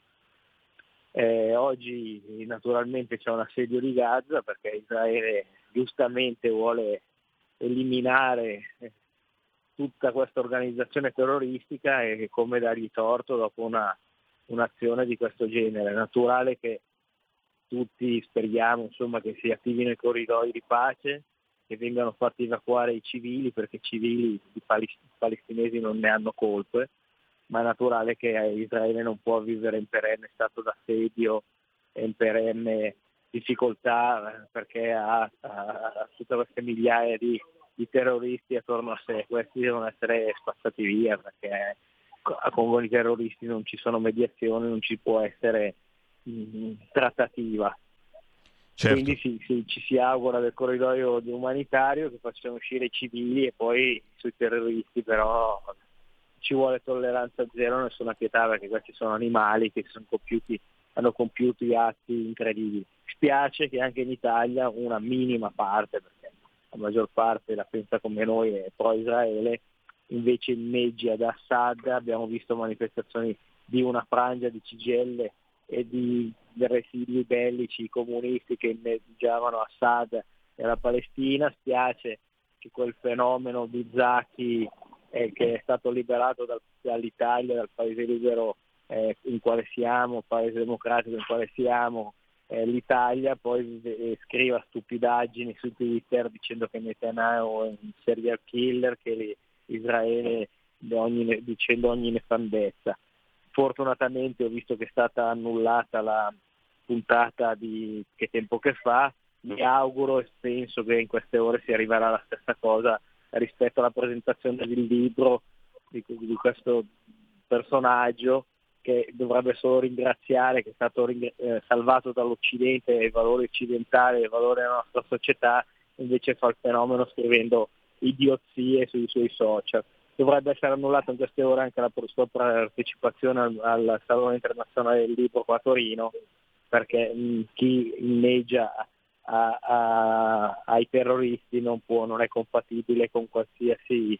Oggi naturalmente c'è un assedio di Gaza, perché Israele giustamente vuole eliminare tutta questa organizzazione terroristica, e come dargli torto dopo un'azione di questo genere. È naturale che tutti speriamo, insomma, che si attivino i corridoi di pace, che vengano fatti evacuare i civili, perché i civili i palestinesi non ne hanno colpe, ma è naturale che Israele non può vivere in perenne stato d'assedio e in perenne difficoltà, perché ha tutte queste migliaia di terroristi attorno a sé. Questi devono essere spazzati via, perché con i terroristi non ci sono mediazioni, non ci può essere trattativa. Certo. Quindi ci si augura del corridoio umanitario che facciano uscire i civili, e poi sui terroristi però ci vuole tolleranza zero, nessuna pietà, perché questi sono animali che hanno compiuto atti incredibili. Spiace che anche in Italia una minima parte, perché la maggior parte la pensa come noi, è pro Israele, invece inneggia ad Assad. Abbiamo visto manifestazioni di una frangia di CGIL e di residui bellici comunisti che inneggiavano Assad e la Palestina. Spiace che quel fenomeno di Zaki, che è stato liberato dall'Italia, dal paese libero in quale siamo, il paese democratico in quale siamo, l'Italia, poi scriva stupidaggini su Twitter dicendo che Netanyahu è un serial killer, che Israele dicendo ogni nefandezza. Fortunatamente ho visto che è stata annullata la puntata di Che tempo che fa. Mi auguro e penso che in queste ore si arriverà alla stessa cosa rispetto alla presentazione del libro di questo personaggio, che dovrebbe solo ringraziare, che è stato salvato dall'Occidente e i valori occidentali e i valori della nostra società, invece fa il fenomeno scrivendo idiozie sui suoi social. Dovrebbe essere annullata in queste ore anche la sua partecipazione al Salone Internazionale del Libro qua a Torino, perché chi inneggia ai terroristi non è compatibile con qualsiasi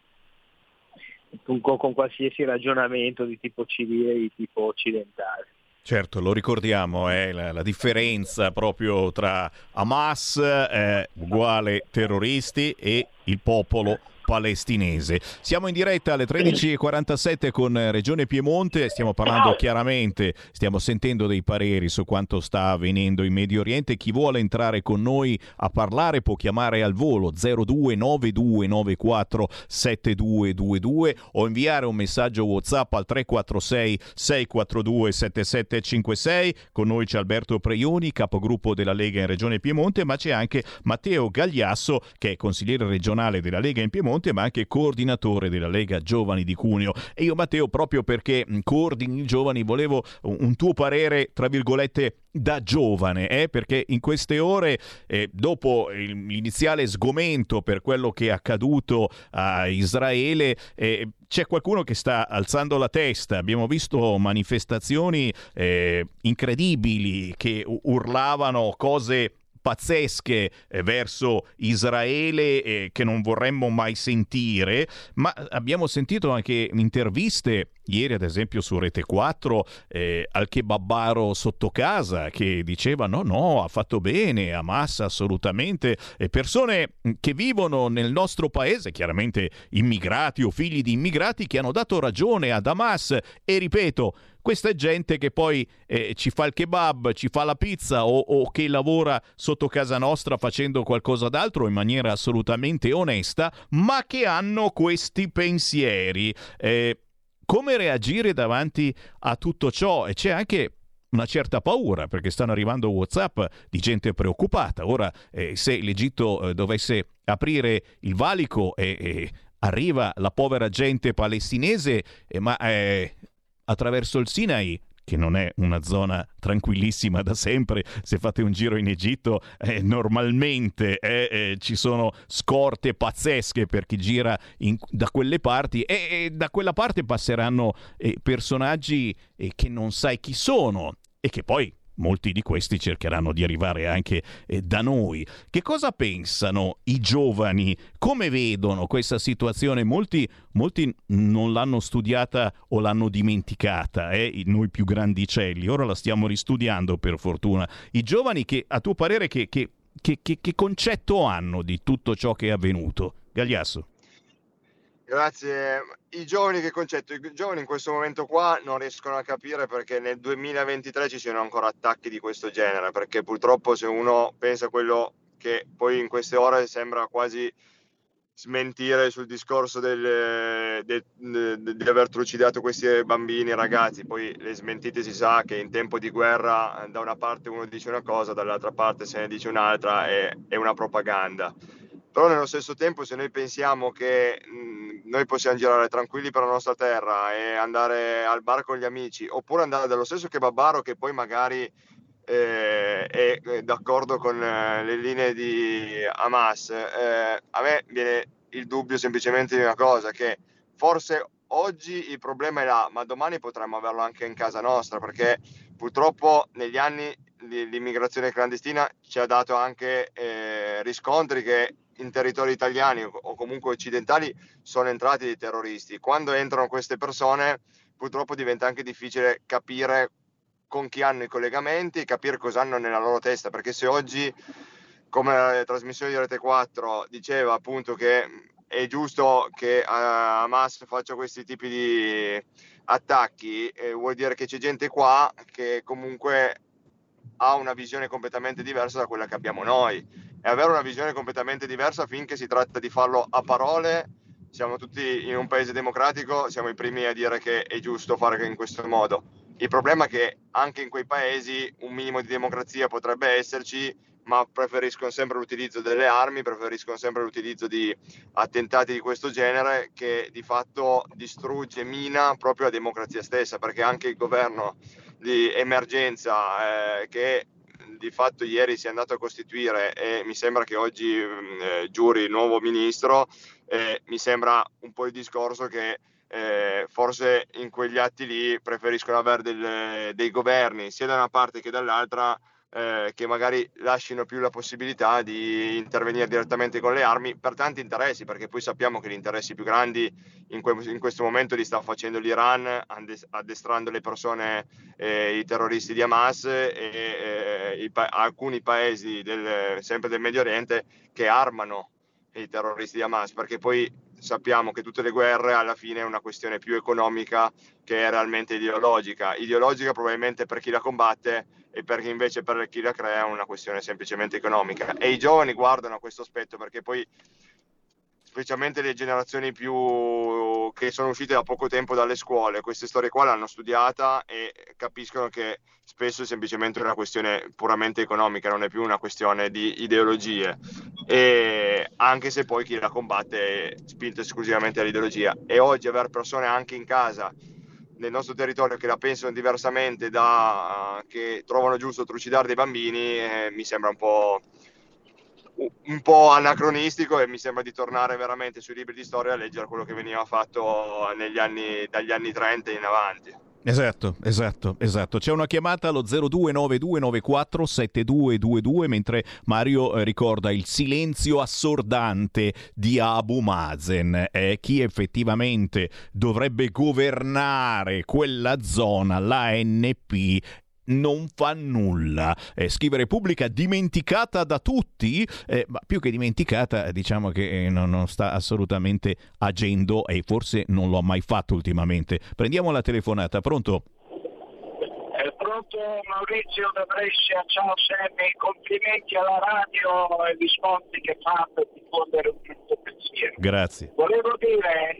ragionamento di tipo civile, di tipo occidentale. Certo, lo ricordiamo, è la differenza proprio tra Hamas uguale terroristi e il popolo palestinese. Siamo in diretta alle 13:47 con Regione Piemonte, stiamo parlando chiaramente, stiamo sentendo dei pareri su quanto sta avvenendo in Medio Oriente. Chi vuole entrare con noi a parlare può chiamare al volo 0292947222 o inviare un messaggio WhatsApp al 346 642 7756. Con noi c'è Alberto Preioni, capogruppo della Lega in Regione Piemonte, ma c'è anche Matteo Gagliasso, che è consigliere regionale della Lega in Piemonte Piemonte, ma anche coordinatore della Lega Giovani di Cuneo. E io, Matteo, proprio perché coordini i giovani, volevo un tuo parere, tra virgolette, da giovane, perché in queste ore, dopo l'iniziale sgomento per quello che è accaduto a Israele, c'è qualcuno che sta alzando la testa. Abbiamo visto manifestazioni incredibili che urlavano cose pazzesche verso Israele che non vorremmo mai sentire, ma abbiamo sentito anche interviste ieri, ad esempio su Rete 4, al kebabbaro sotto casa, che diceva no, ha fatto bene Hamas, assolutamente, persone che vivono nel nostro paese, chiaramente immigrati o figli di immigrati, che hanno dato ragione ad Hamas. E ripeto, questa è gente che poi ci fa il kebab, ci fa la pizza o che lavora sotto casa nostra facendo qualcosa d'altro in maniera assolutamente onesta, ma che hanno questi pensieri. Come reagire davanti a tutto ciò? E c'è anche una certa paura, perché stanno arrivando WhatsApp di gente preoccupata. Ora, se l'Egitto dovesse aprire il valico e arriva la povera gente palestinese, ma attraverso il Sinai, che non è una zona tranquillissima da sempre, se fate un giro in Egitto normalmente ci sono scorte pazzesche per chi gira da quelle parti, e da quella parte passeranno personaggi che non sai chi sono e che poi molti di questi cercheranno di arrivare anche da noi. Che cosa pensano i giovani? Come vedono questa situazione? Molti non l'hanno studiata o l'hanno dimenticata, noi più grandicelli. Ora la stiamo ristudiando, per fortuna. I giovani, che a tuo parere che concetto hanno di tutto ciò che è avvenuto? Gagliasso. Grazie. I giovani, che concetto? I giovani in questo momento qua non riescono a capire perché nel 2023 ci siano ancora attacchi di questo genere, perché purtroppo, se uno pensa a quello che poi in queste ore sembra quasi smentire sul discorso di aver trucidato questi bambini e ragazzi, poi le smentite si sa che in tempo di guerra da una parte uno dice una cosa, dall'altra parte se ne dice un'altra, è una propaganda. Però nello stesso tempo, se noi pensiamo che noi possiamo girare tranquilli per la nostra terra e andare al bar con gli amici, oppure andare dallo stesso kebabbaro che poi magari è d'accordo con le linee di Hamas, a me viene il dubbio semplicemente di una cosa, che forse oggi il problema è là, ma domani potremmo averlo anche in casa nostra, perché purtroppo negli anni l'immigrazione clandestina ci ha dato anche riscontri che in territori italiani o comunque occidentali sono entrati dei terroristi. Quando entrano queste persone, purtroppo diventa anche difficile capire con chi hanno i collegamenti e capire cosa hanno nella loro testa, perché se oggi, come la trasmissione di Rete 4 diceva appunto che è giusto che Hamas faccia questi tipi di attacchi, vuol dire che c'è gente qua che comunque ha una visione completamente diversa da quella che abbiamo noi, e avere una visione completamente diversa, finché si tratta di farlo a parole, siamo tutti in un paese democratico, siamo i primi a dire che è giusto fare in questo modo. Il problema è che anche in quei paesi un minimo di democrazia potrebbe esserci, ma preferiscono sempre l'utilizzo delle armi, preferiscono sempre l'utilizzo di attentati di questo genere, che di fatto distrugge, mina proprio la democrazia stessa, perché anche il governo di emergenza che di fatto ieri si è andato a costituire, e mi sembra che oggi giuri il nuovo ministro, mi sembra un po' il discorso che forse in quegli atti lì preferiscono avere dei governi sia da una parte che dall'altra che magari lasciano più la possibilità di intervenire direttamente con le armi per tanti interessi, perché poi sappiamo che gli interessi più grandi in questo momento li sta facendo l'Iran, addestrando le persone, i terroristi di Hamas, e alcuni paesi sempre del Medio Oriente che armano i terroristi di Hamas, perché poi sappiamo che tutte le guerre alla fine è una questione più economica che è realmente ideologica probabilmente per chi la combatte, e perché invece per chi la crea è una questione semplicemente economica. E i giovani guardano a questo aspetto, perché poi specialmente le generazioni più che sono uscite da poco tempo dalle scuole queste storie qua l'hanno studiata e capiscono che spesso è semplicemente una questione puramente economica, non è più una questione di ideologie, e anche se poi chi la combatte è spinto esclusivamente dall'ideologia. E oggi avere persone anche in casa nel nostro territorio che la pensano diversamente, che trovano giusto trucidare dei bambini, mi sembra un po' anacronistico, e mi sembra di tornare veramente sui libri di storia a leggere quello che veniva fatto dagli anni 30 in avanti. Esatto. C'è una chiamata allo 0292947222 mentre Mario ricorda il silenzio assordante di Abu Mazen. Chi effettivamente dovrebbe governare quella zona, l'ANP, non fa nulla. Scrive Repubblica dimenticata da tutti, ma più che dimenticata diciamo che non sta assolutamente agendo, e forse non lo ha mai fatto ultimamente. Prendiamo la telefonata. Pronto? Pronto, Maurizio da Brescia. Ciao Sammy, complimenti alla radio e gli sforzi che fa per diffondere un giusto pensiero. Grazie. Volevo dire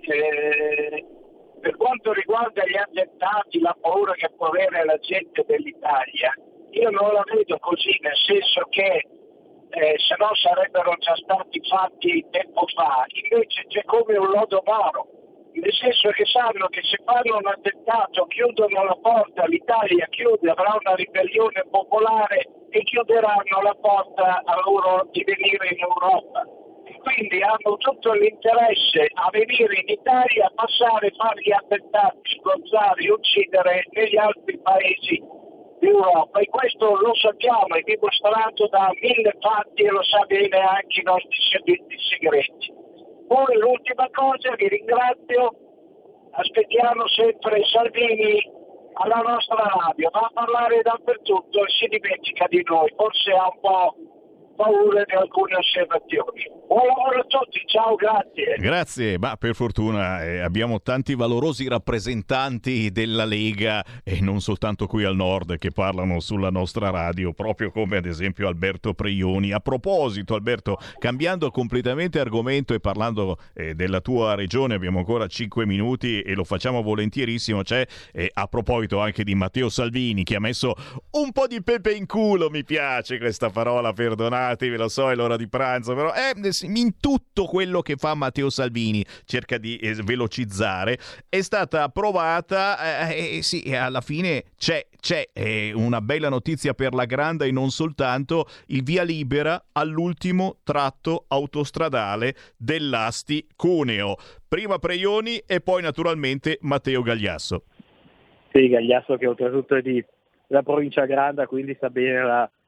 per quanto riguarda gli attentati, la paura che può avere la gente dell'Italia, io non la vedo così, nel senso che se no sarebbero già stati fatti tempo fa. Invece c'è come un lodo moro, nel senso che sanno che se fanno un attentato chiudono la porta, l'Italia chiude, avrà una ribellione popolare e chiuderanno la porta a loro di venire in Europa. Quindi hanno tutto l'interesse a venire in Italia, a passare, fare gli attentati, sgozzare, uccidere negli altri paesi d'Europa, e questo lo sappiamo, è dimostrato da 1000 fatti e lo sa bene anche i nostri servizi segreti. Poi l'ultima cosa, vi ringrazio, aspettiamo sempre Salvini alla nostra radio, va a parlare dappertutto e si dimentica di noi, forse ha un po' paura di alcune osservazioni. Buon lavoro a tutti, ciao, grazie, ma per fortuna abbiamo tanti valorosi rappresentanti della Lega, e non soltanto qui al nord, che parlano sulla nostra radio, proprio come ad esempio Alberto Preioni. A proposito, Alberto, cambiando completamente argomento e parlando della tua regione, abbiamo ancora 5 minuti e lo facciamo volentierissimo. C'è a proposito anche di Matteo Salvini, che ha messo un po' di pepe in culo, mi piace questa parola, perdonatemi, lo so, è l'ora di pranzo, però in tutto quello che fa Matteo Salvini cerca di velocizzare, è stata approvata, sì, alla fine c'è una bella notizia per la Granda, e non soltanto: il via libera all'ultimo tratto autostradale dell'Asti-Cuneo. Prima Preioni e poi naturalmente Matteo Gagliasso. Sì, Gagliasso, che oltretutto è della provincia Granda, quindi sa bene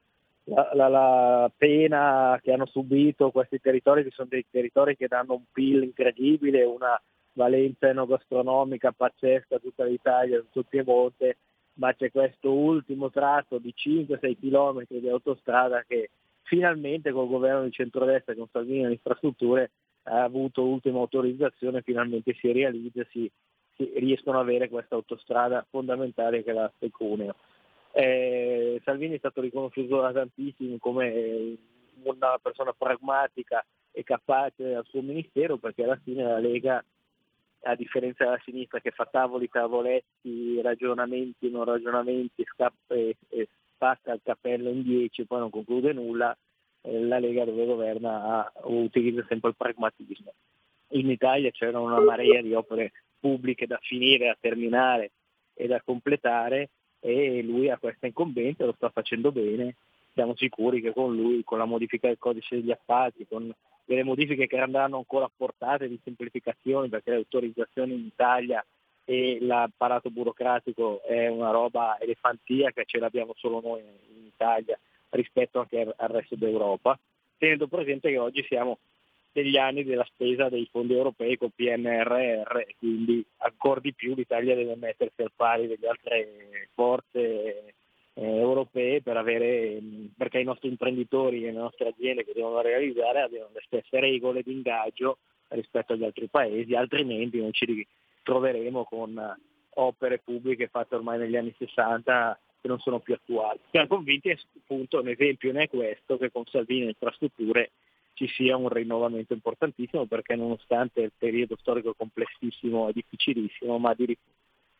la pena che hanno subito questi territori, che sono dei territori che danno un PIL incredibile, una valenza enogastronomica pazzesca a tutta l'Italia, a tutti e volte, ma c'è questo ultimo tratto di 5-6 km di autostrada che finalmente col governo di centrodestra, con Salvini alle infrastrutture, ha avuto ultima autorizzazione, finalmente si realizza, si riescono ad avere questa autostrada fondamentale che è la Cuneo. Salvini è stato riconosciuto da tantissimi come una persona pragmatica e capace al suo ministero, perché alla fine la Lega, a differenza della sinistra che fa tavoletti, ragionamenti, non ragionamenti, spacca il cappello in 10 e poi non conclude nulla, la Lega dove governa utilizza sempre il pragmatismo. In Italia c'era una marea di opere pubbliche da finire, da terminare e da completare, e lui ha questa incombenza, lo sta facendo bene. Siamo sicuri che con lui, con la modifica del codice degli appalti, con delle modifiche che andranno ancora apportate di semplificazioni, perché le autorizzazioni in Italia e l'apparato burocratico è una roba elefantiaca, ce l'abbiamo solo noi in Italia rispetto anche al resto d'Europa, tenendo presente che oggi siamo degli anni della spesa dei fondi europei col PNRR, quindi ancora di più l'Italia deve mettersi al pari delle altre forze europee perché i nostri imprenditori e le nostre aziende che devono realizzare abbiano le stesse regole di ingaggio rispetto agli altri paesi, altrimenti non ci troveremo con opere pubbliche fatte ormai negli anni 60 che non sono più attuali. Siamo convinti, appunto, un esempio ne è questo, che con Salvini infrastrutture ci sia un rinnovamento importantissimo, perché nonostante il periodo storico complessissimo e difficilissimo, ma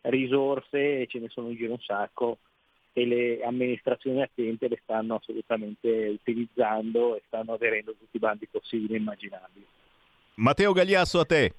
risorse e ce ne sono in giro un sacco, e le amministrazioni attente le stanno assolutamente utilizzando e stanno aderendo a tutti i bandi possibili e immaginabili. Matteo Gagliasso, a te.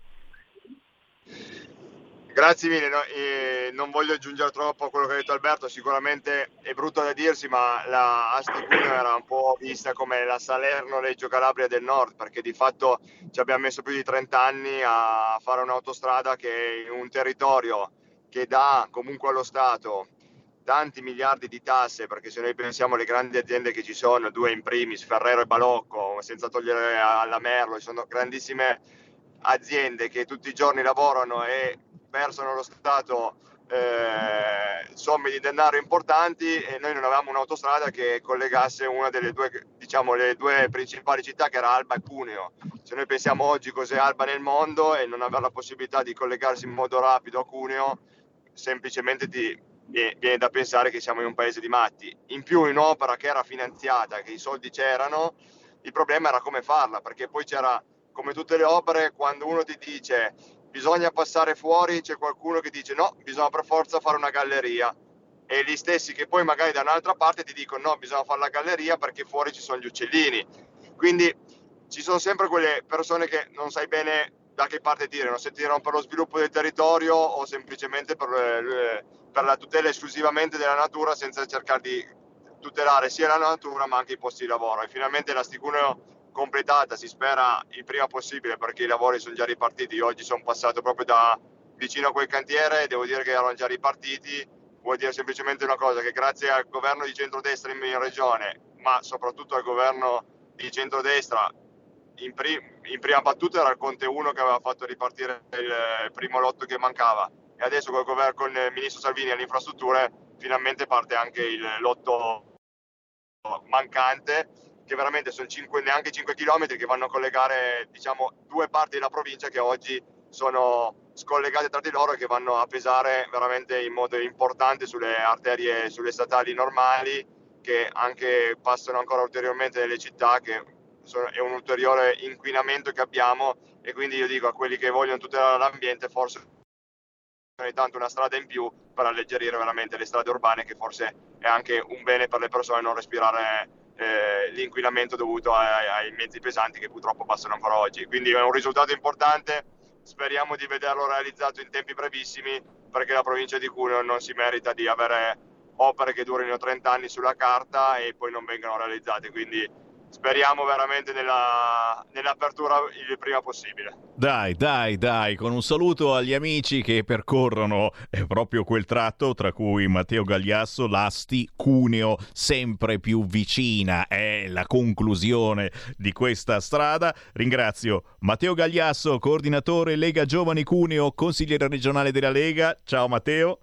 Grazie mille, non voglio aggiungere troppo a quello che ha detto Alberto, sicuramente è brutto da dirsi, ma la Asti Cuneo era un po' vista come la Salerno-Reggio Calabria del Nord, perché di fatto ci abbiamo messo più di 30 anni a fare un'autostrada che in un territorio che dà comunque allo Stato tanti miliardi di tasse, perché se noi pensiamo alle grandi aziende che ci sono, due in primis, Ferrero e Balocco, senza togliere alla Merlo, ci sono grandissime aziende che tutti i giorni lavorano e versano allo Stato somme di denaro importanti, e noi non avevamo un'autostrada che collegasse una delle due, diciamo, le due principali città, che era Alba e Cuneo. Se noi pensiamo oggi cos'è Alba nel mondo e non avere la possibilità di collegarsi in modo rapido a Cuneo, semplicemente viene da pensare che siamo in un paese di matti. In più, in un'opera che era finanziata, che i soldi c'erano, il problema era come farla, perché poi c'era, come tutte le opere, quando uno ti dice bisogna passare fuori, c'è qualcuno che dice no, bisogna per forza fare una galleria, e gli stessi che poi magari da un'altra parte ti dicono no, bisogna fare la galleria perché fuori ci sono gli uccellini. Quindi ci sono sempre quelle persone che non sai bene da che parte tirano, se tirano per lo sviluppo del territorio o semplicemente per la tutela esclusivamente della natura, senza cercare di tutelare sia la natura ma anche i posti di lavoro. E finalmente la Asti Cuneo completata, si spera il prima possibile, perché i lavori sono già ripartiti. Io oggi sono passato proprio da vicino a quel cantiere e devo dire che erano già ripartiti. Vuol dire semplicemente una cosa, che grazie al governo di centrodestra in regione, ma soprattutto al governo di centrodestra, in prima battuta era il Conte 1 che aveva fatto ripartire il primo lotto che mancava, e adesso con il ministro Salvini alle infrastrutture finalmente parte anche il lotto mancante, che veramente sono neanche 5 chilometri, che vanno a collegare, diciamo, due parti della provincia che oggi sono scollegate tra di loro e che vanno a pesare veramente in modo importante sulle arterie, sulle statali normali, che anche passano ancora ulteriormente nelle città, che è un ulteriore inquinamento che abbiamo. E quindi io dico a quelli che vogliono tutelare l'ambiente, forse ogni tanto una strada in più per alleggerire veramente le strade urbane, che forse è anche un bene per le persone non respirare l'inquinamento dovuto ai mezzi pesanti che purtroppo passano ancora oggi. Quindi è un risultato importante, speriamo di vederlo realizzato in tempi brevissimi, perché la provincia di Cuneo non si merita di avere opere che durino 30 anni sulla carta e poi non vengano realizzate. Quindi speriamo veramente nell'apertura il prima possibile. Dai, con un saluto agli amici che percorrono proprio quel tratto, tra cui Matteo Gagliasso. L'Asti Cuneo sempre più vicina è la conclusione di questa strada. Ringrazio Matteo Gagliasso, coordinatore Lega Giovani Cuneo, consigliere regionale della Lega. Ciao Matteo.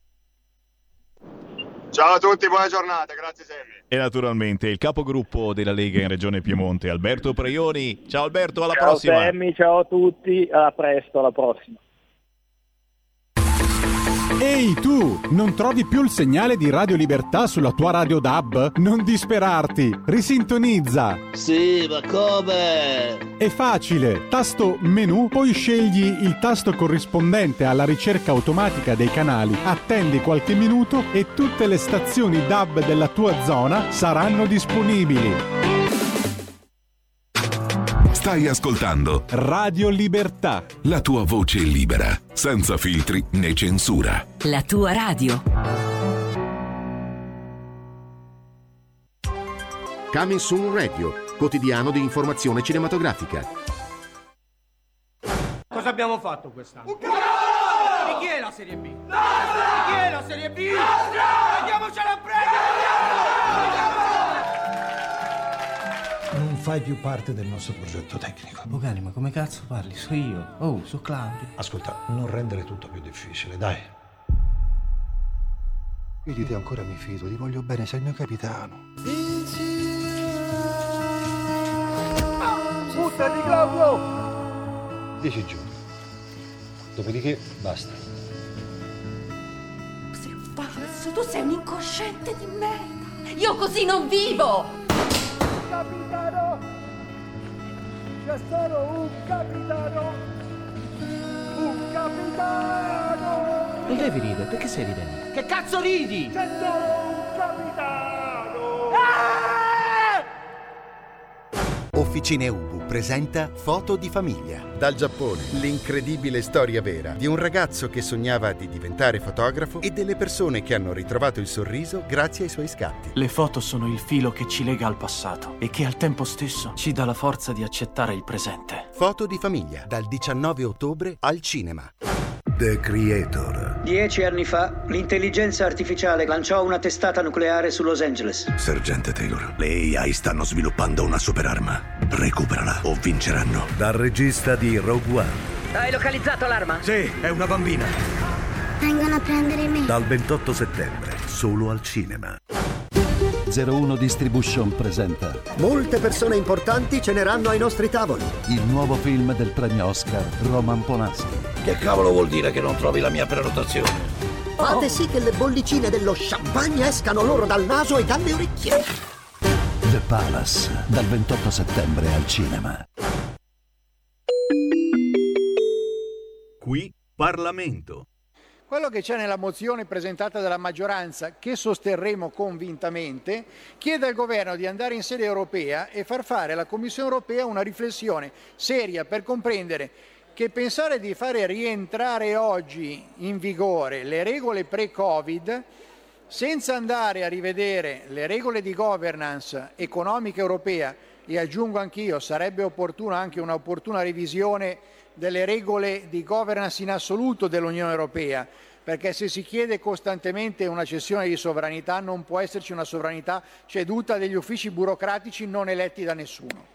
Ciao a tutti, buona giornata, grazie Sammy. E naturalmente il capogruppo della Lega in Regione Piemonte, Alberto Preioni. Ciao Alberto, alla ciao prossima. Ciao Sammy, ciao a tutti, alla presto, alla prossima. Ehi tu, non trovi più il segnale di Radio Libertà sulla tua radio DAB? Non disperarti, risintonizza. Sì, ma come? È facile, tasto menu, poi scegli il tasto corrispondente alla ricerca automatica dei canali, attendi qualche minuto e tutte le stazioni DAB della tua zona saranno disponibili. Stai ascoltando Radio Libertà, la tua voce libera, senza filtri né censura. La tua radio. Coming Soon Radio, quotidiano di informazione cinematografica. Cosa abbiamo fatto quest'anno? Un cavolo! Di chi è la Serie B? Nostra! Di chi è la Serie B? Nostra! Andiamocela a prendere! Non fai più parte del nostro progetto tecnico. Bocani, ma come cazzo parli? So io. Oh, so Claudio. Ascolta, non rendere tutto più difficile, dai. Io di te ancora mi fido, ti voglio bene, sei il mio capitano. Buttati, Claudio! 10 giorni. Dopodiché basta. Sei un pazzo, tu sei un incosciente di merda. Io così non vivo! Capitano! C'è solo un capitano! Un capitano! Non devi ridere, perché stai ridendo? Che cazzo ridi? Sento un capitano! Officine Ubu presenta Foto di famiglia. Dal Giappone, l'incredibile storia vera di un ragazzo che sognava di diventare fotografo e delle persone che hanno ritrovato il sorriso grazie ai suoi scatti. Le foto sono il filo che ci lega al passato e che al tempo stesso ci dà la forza di accettare il presente. Foto di famiglia, dal 19 ottobre al cinema. The Creator. 10 anni fa, l'intelligenza artificiale lanciò una testata nucleare su Los Angeles. Sergente Taylor, le AI stanno sviluppando una superarma. Recuperala o vinceranno. Dal regista di Rogue One. Hai localizzato l'arma? Sì, è una bambina. Vengono a prendere me. Dal 28 settembre, solo al cinema. 01 Distribution presenta Molte persone importanti ceneranno ai nostri tavoli. il nuovo film del premio Oscar Roman Polanski. Che cavolo vuol dire che non trovi la mia prenotazione? Fate sì che le bollicine dello champagne escano loro dal naso e dalle orecchie. The Palace, dal 28 settembre al cinema. Qui Parlamento. Quello che c'è nella mozione presentata dalla maggioranza, che sosterremo convintamente, chiede al governo di andare in sede europea e far fare alla Commissione europea una riflessione seria per comprendere che pensare di fare rientrare oggi in vigore le regole pre-Covid senza andare a rivedere le regole di governance economica europea, e aggiungo anch'io, sarebbe opportuna anche un'opportuna revisione delle regole di governance in assoluto dell'Unione Europea, perché se si chiede costantemente una cessione di sovranità non può esserci una sovranità ceduta degli uffici burocratici non eletti da nessuno.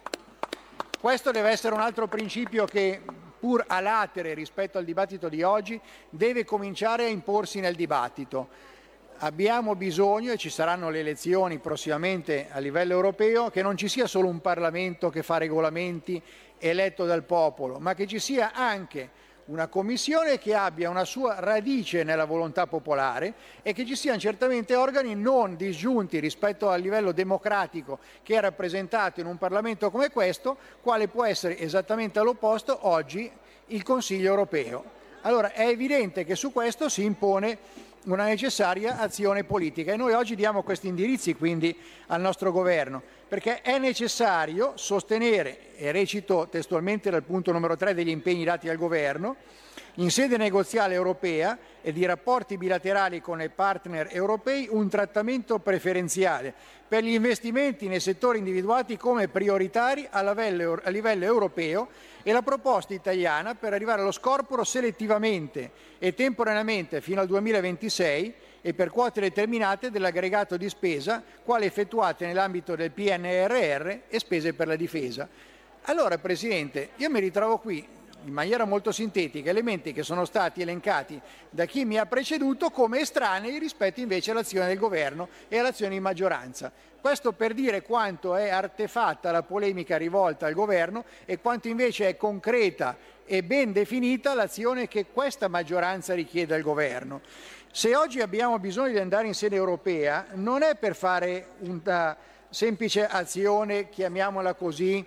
Questo deve essere un altro principio che, pur a latere rispetto al dibattito di oggi, deve cominciare a imporsi nel dibattito. Abbiamo bisogno, e ci saranno le elezioni prossimamente a livello europeo, che non ci sia solo un Parlamento che fa regolamenti eletto dal popolo, ma che ci sia anche una Commissione che abbia una sua radice nella volontà popolare e che ci siano certamente organi non disgiunti rispetto al livello democratico che è rappresentato in un Parlamento come questo, quale può essere esattamente all'opposto oggi il Consiglio europeo. Allora è evidente che su questo si impone una necessaria azione politica e noi oggi diamo questi indirizzi quindi al nostro governo, perché è necessario sostenere, e recito testualmente dal punto numero 3 degli impegni dati al governo, in sede negoziale europea e di rapporti bilaterali con i partner europei, un trattamento preferenziale per gli investimenti nei settori individuati come prioritari a livello europeo e la proposta italiana per arrivare allo scorporo selettivamente e temporaneamente fino al 2026 e per quote determinate dell'aggregato di spesa, quale effettuate nell'ambito del PNRR e spese per la difesa. Allora, Presidente, io mi ritrovo qui in maniera molto sintetica elementi che sono stati elencati da chi mi ha preceduto come estranei rispetto invece all'azione del governo e all'azione di maggioranza. Questo per dire quanto è artefatta la polemica rivolta al governo e quanto invece è concreta e ben definita l'azione che questa maggioranza richiede al governo. Se oggi abbiamo bisogno di andare in sede europea non è per fare una semplice azione, chiamiamola così,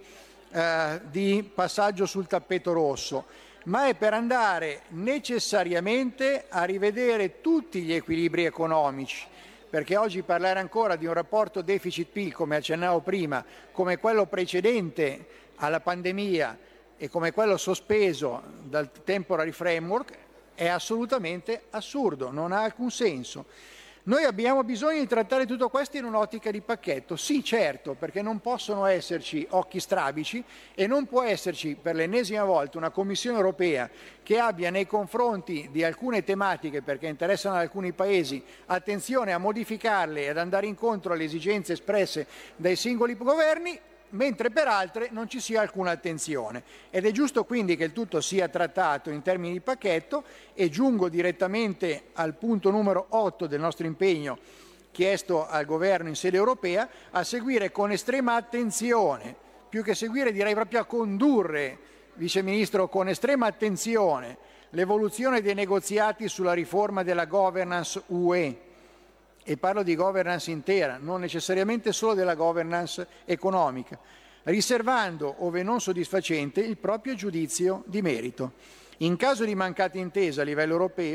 di passaggio sul tappeto rosso, ma è per andare necessariamente a rivedere tutti gli equilibri economici, perché oggi parlare ancora di un rapporto deficit-PIL, come accennavo prima, come quello precedente alla pandemia e come quello sospeso dal temporary framework, è assolutamente assurdo, non ha alcun senso. Noi abbiamo bisogno di trattare tutto questo in un'ottica di pacchetto. Sì, certo, perché non possono esserci occhi strabici e non può esserci per l'ennesima volta una Commissione europea che abbia nei confronti di alcune tematiche, perché interessano ad alcuni paesi, attenzione a modificarle e ad andare incontro alle esigenze espresse dai singoli governi, mentre per altre non ci sia alcuna attenzione. Ed è giusto quindi che il tutto sia trattato in termini di pacchetto e giungo direttamente al punto numero 8 del nostro impegno chiesto al governo in sede europea a seguire con estrema attenzione, più che seguire direi proprio a condurre, Vice Ministro, con estrema attenzione l'evoluzione dei negoziati sulla riforma della governance UE. E parlo di governance intera, non necessariamente solo della governance economica, riservando, ove non soddisfacente, il proprio giudizio di merito. In caso di mancata intesa a livello europeo,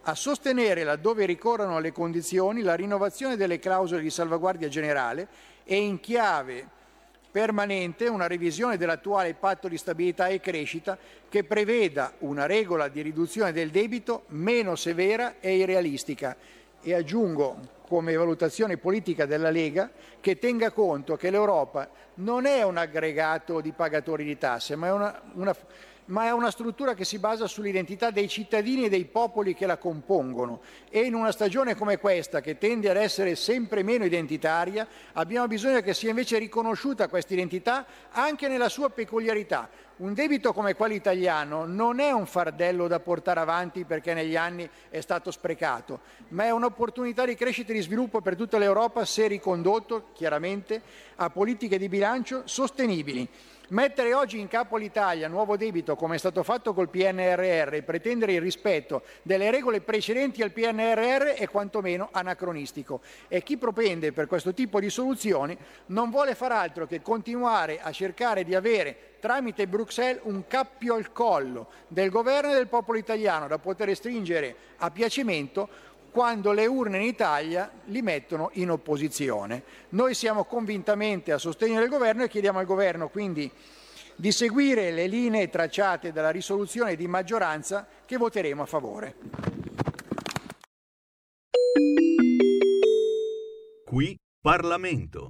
a sostenere, laddove ricorrono le condizioni, la rinnovazione delle clausole di salvaguardia generale e in chiave permanente una revisione dell'attuale patto di stabilità e crescita che preveda una regola di riduzione del debito meno severa e irrealistica. E aggiungo, come valutazione politica della Lega, che tenga conto che l'Europa non è un aggregato di pagatori di tasse, ma è una struttura che si basa sull'identità dei cittadini e dei popoli che la compongono. E in una stagione come questa, che tende ad essere sempre meno identitaria, abbiamo bisogno che sia invece riconosciuta questa identità anche nella sua peculiarità. Un debito come quello italiano non è un fardello da portare avanti perché negli anni è stato sprecato, ma è un'opportunità di crescita e di sviluppo per tutta l'Europa se ricondotto, chiaramente, a politiche di bilancio sostenibili. Mettere oggi in capo all'Italia nuovo debito, come è stato fatto col PNRR, e pretendere il rispetto delle regole precedenti al PNRR è quantomeno anacronistico. E chi propende per questo tipo di soluzioni non vuole far altro che continuare a cercare di avere tramite Bruxelles un cappio al collo del governo e del popolo italiano da poter stringere a piacimento quando le urne in Italia li mettono in opposizione. Noi siamo convintamente a sostegno del governo e chiediamo al governo quindi di seguire le linee tracciate dalla risoluzione di maggioranza che voteremo a favore. Qui Parlamento.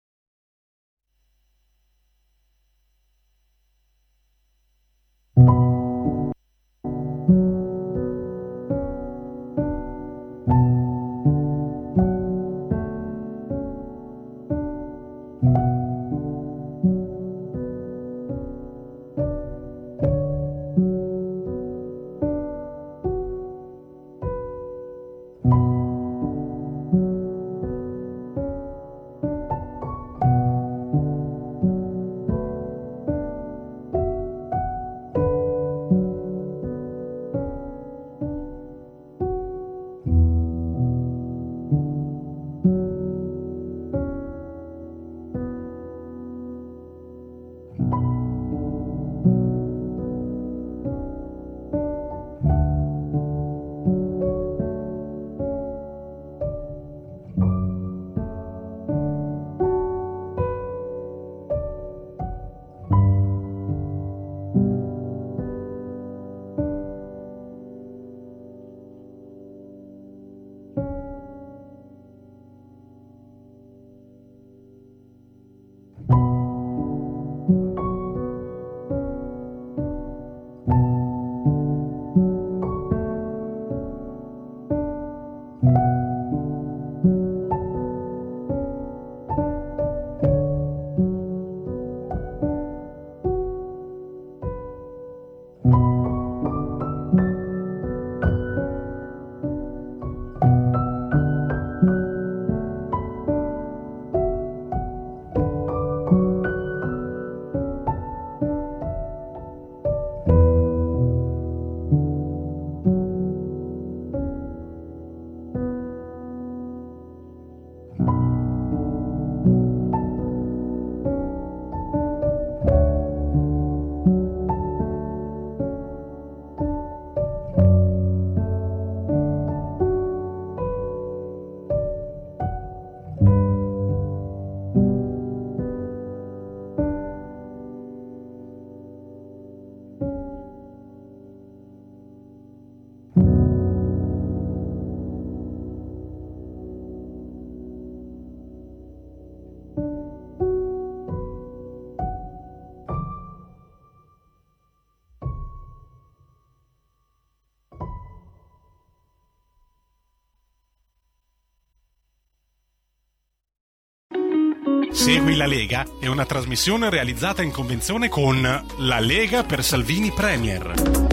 Segui la Lega è una trasmissione realizzata in convenzione con La Lega per Salvini Premier.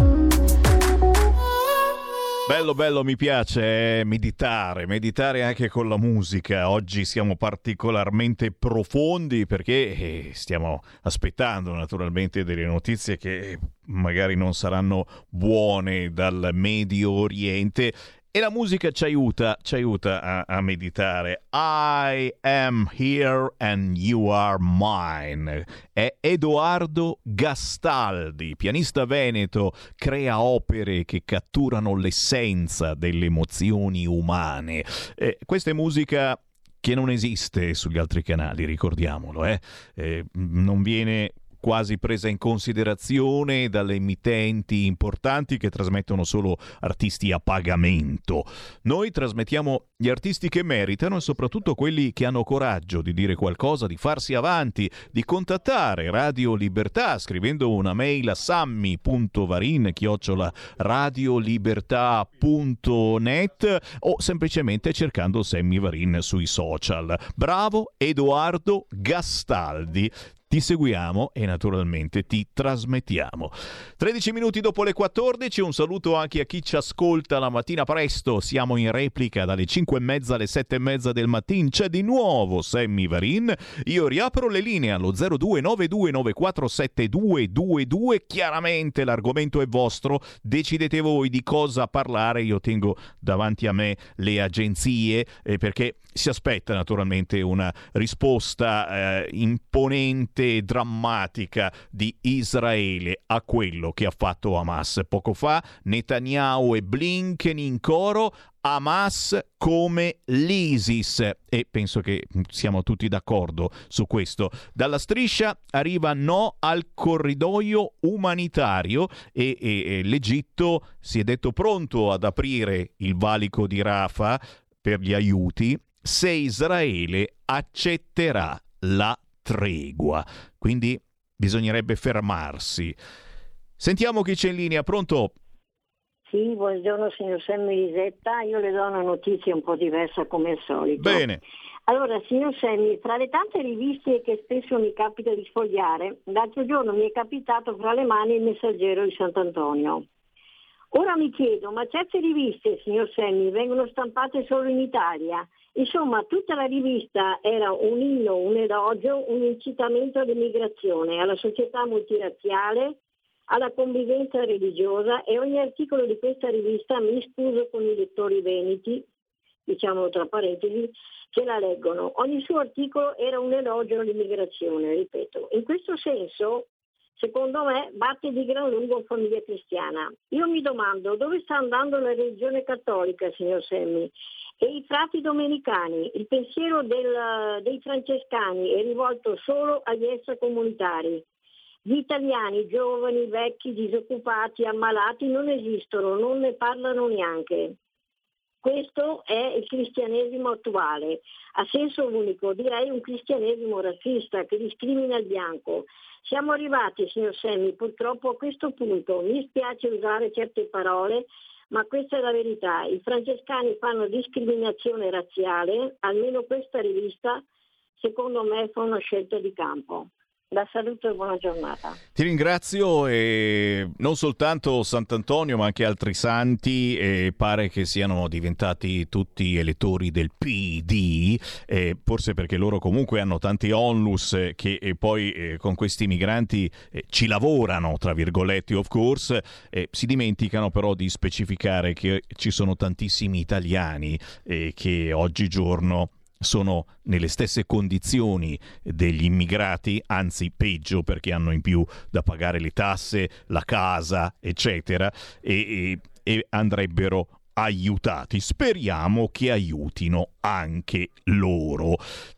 Bello, mi piace meditare anche con la musica. Oggi siamo particolarmente profondi perché stiamo aspettando naturalmente delle notizie che magari non saranno buone dal Medio Oriente E la musica ci aiuta a meditare. I am here and you are mine. È Edoardo Gastaldi, pianista veneto, crea opere che catturano l'essenza delle emozioni umane. Questa è musica che non esiste sugli altri canali, ricordiamolo. Non viene quasi presa in considerazione dalle emittenti importanti che trasmettono solo artisti a pagamento. Noi trasmettiamo gli artisti che meritano e soprattutto quelli che hanno coraggio di dire qualcosa, di farsi avanti, di contattare Radio Libertà scrivendo una mail a sammy.varin@radiolibertà.net o semplicemente cercando Sammy Varin sui social. Bravo Edoardo Gastaldi. Ti seguiamo e naturalmente ti trasmettiamo. 13 minuti dopo le 14, un saluto anche a chi ci ascolta la mattina presto. Siamo in replica dalle 5:30 alle 7:30 del mattino. C'è di nuovo Sammy Varin. Io riapro le linee allo 0292947222. Chiaramente l'argomento è vostro, decidete voi di cosa parlare. Io tengo davanti a me le agenzie perché si aspetta naturalmente una risposta imponente e drammatica di Israele a quello che ha fatto Hamas. Poco fa Netanyahu e Blinken in coro: Hamas come l'ISIS, e penso che siamo tutti d'accordo su questo. Dalla striscia arriva no al corridoio umanitario e l'Egitto si è detto pronto ad aprire il valico di Rafah per gli aiuti se Israele accetterà la tregua. Quindi bisognerebbe fermarsi. Sentiamo chi c'è in linea. Pronto? Sì, buongiorno signor Sammy Lisetta. Io le do una notizia un po' diversa come al solito. Bene. Allora, signor Sammy, tra le tante riviste che spesso mi capita di sfogliare, l'altro giorno mi è capitato fra le mani il Messaggero di Sant'Antonio. Ora mi chiedo, ma certe riviste, signor Sammy, vengono stampate solo in Italia? Insomma, tutta la rivista era un inno, un elogio, un incitamento all'immigrazione, alla società multirazziale, alla convivenza religiosa, e ogni articolo di questa rivista, mi scuso con i lettori veneti, diciamo tra parentesi, che la leggono. Ogni suo articolo era un elogio all'immigrazione, ripeto. In questo senso, secondo me, batte di gran lungo Famiglia Cristiana. Io mi domando dove sta andando la religione cattolica, signor Sammy, e i frati domenicani. Il pensiero dei francescani è rivolto solo agli extracomunitari. Gli italiani, giovani, vecchi, disoccupati, ammalati, non esistono, non ne parlano neanche. Questo è il cristianesimo attuale, a senso unico, direi un cristianesimo razzista che discrimina il bianco. Siamo arrivati, signor Sammy, purtroppo a questo punto. Mi spiace usare certe parole, ma questa è la verità. I francescani fanno discriminazione razziale, almeno questa rivista, secondo me, fa una scelta di campo. La saluto e buona giornata. Ti ringrazio, e non soltanto Sant'Antonio ma anche altri santi pare che siano diventati tutti elettori del PD, forse perché loro comunque hanno tanti onlus che poi con questi migranti ci lavorano, tra virgolette of course, si dimenticano però di specificare che ci sono tantissimi italiani che oggigiorno sono nelle stesse condizioni degli immigrati, anzi peggio, perché hanno in più da pagare le tasse, la casa, eccetera, e andrebbero aiutati. Speriamo che aiutino anche loro.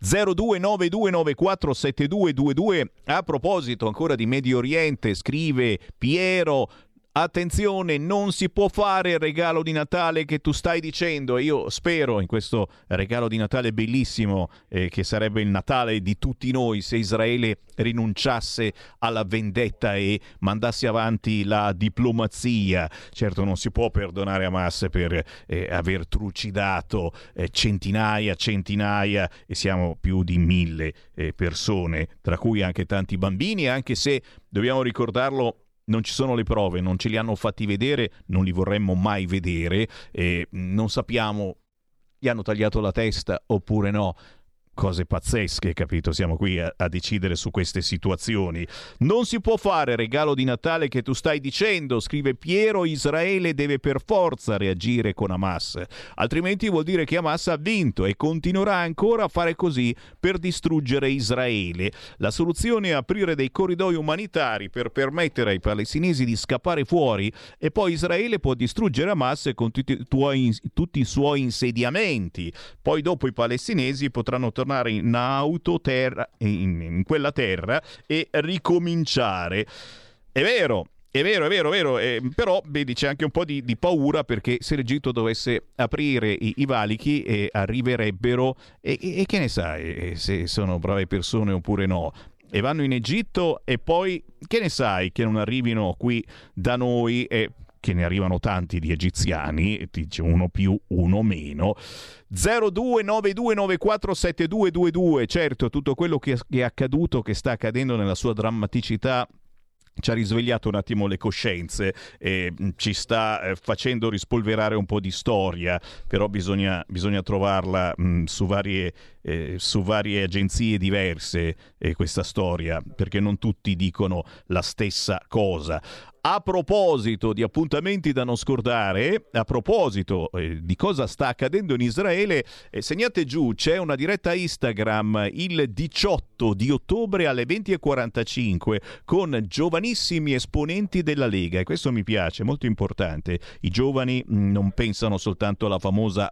0292947222. A proposito ancora di Medio Oriente, scrive Piero: attenzione, non si può fare il regalo di Natale che tu stai dicendo. Io spero in questo regalo di Natale bellissimo, che sarebbe il Natale di tutti noi, se Israele rinunciasse alla vendetta e mandasse avanti la diplomazia. Certo, non si può perdonare Hamas per aver trucidato centinaia, e siamo più di 1000 persone, tra cui anche tanti bambini, anche se dobbiamo ricordarlo, non ci sono le prove, non ce li hanno fatti vedere, non li vorremmo mai vedere, non sappiamo, gli hanno tagliato la testa oppure no. cose pazzesche, capito? Siamo qui a decidere su queste situazioni. Non si può fare regalo di Natale che tu stai dicendo, scrive Piero. Israele deve per forza reagire con Hamas, altrimenti vuol dire che Hamas ha vinto e continuerà ancora a fare così per distruggere Israele. La soluzione è aprire dei corridoi umanitari per permettere ai palestinesi di scappare fuori e poi Israele può distruggere Hamas con tutti i suoi insediamenti. Poi dopo i palestinesi potranno tornare in autoterra, in quella terra, e ricominciare. È vero, però vedi c'è anche un po' di paura, perché se l'Egitto dovesse aprire i valichi arriverebbero e che ne sai se sono brave persone oppure no, e vanno in Egitto e poi che ne sai che non arrivino qui da noi e che ne arrivano tanti di egiziani, dice uno più, uno meno. 0292947222. Certo, tutto quello che è accaduto, che sta accadendo nella sua drammaticità, ci ha risvegliato un attimo le coscienze e ci sta facendo rispolverare un po' di storia, però bisogna trovarla su varie agenzie diverse questa storia, perché non tutti dicono la stessa cosa. A proposito di appuntamenti da non scordare, a proposito di cosa sta accadendo in Israele, segnate giù, c'è una diretta Instagram il 18 di ottobre alle 20:45 con giovanissimi esponenti della Lega, e questo mi piace, molto importante. I giovani non pensano soltanto alla famosa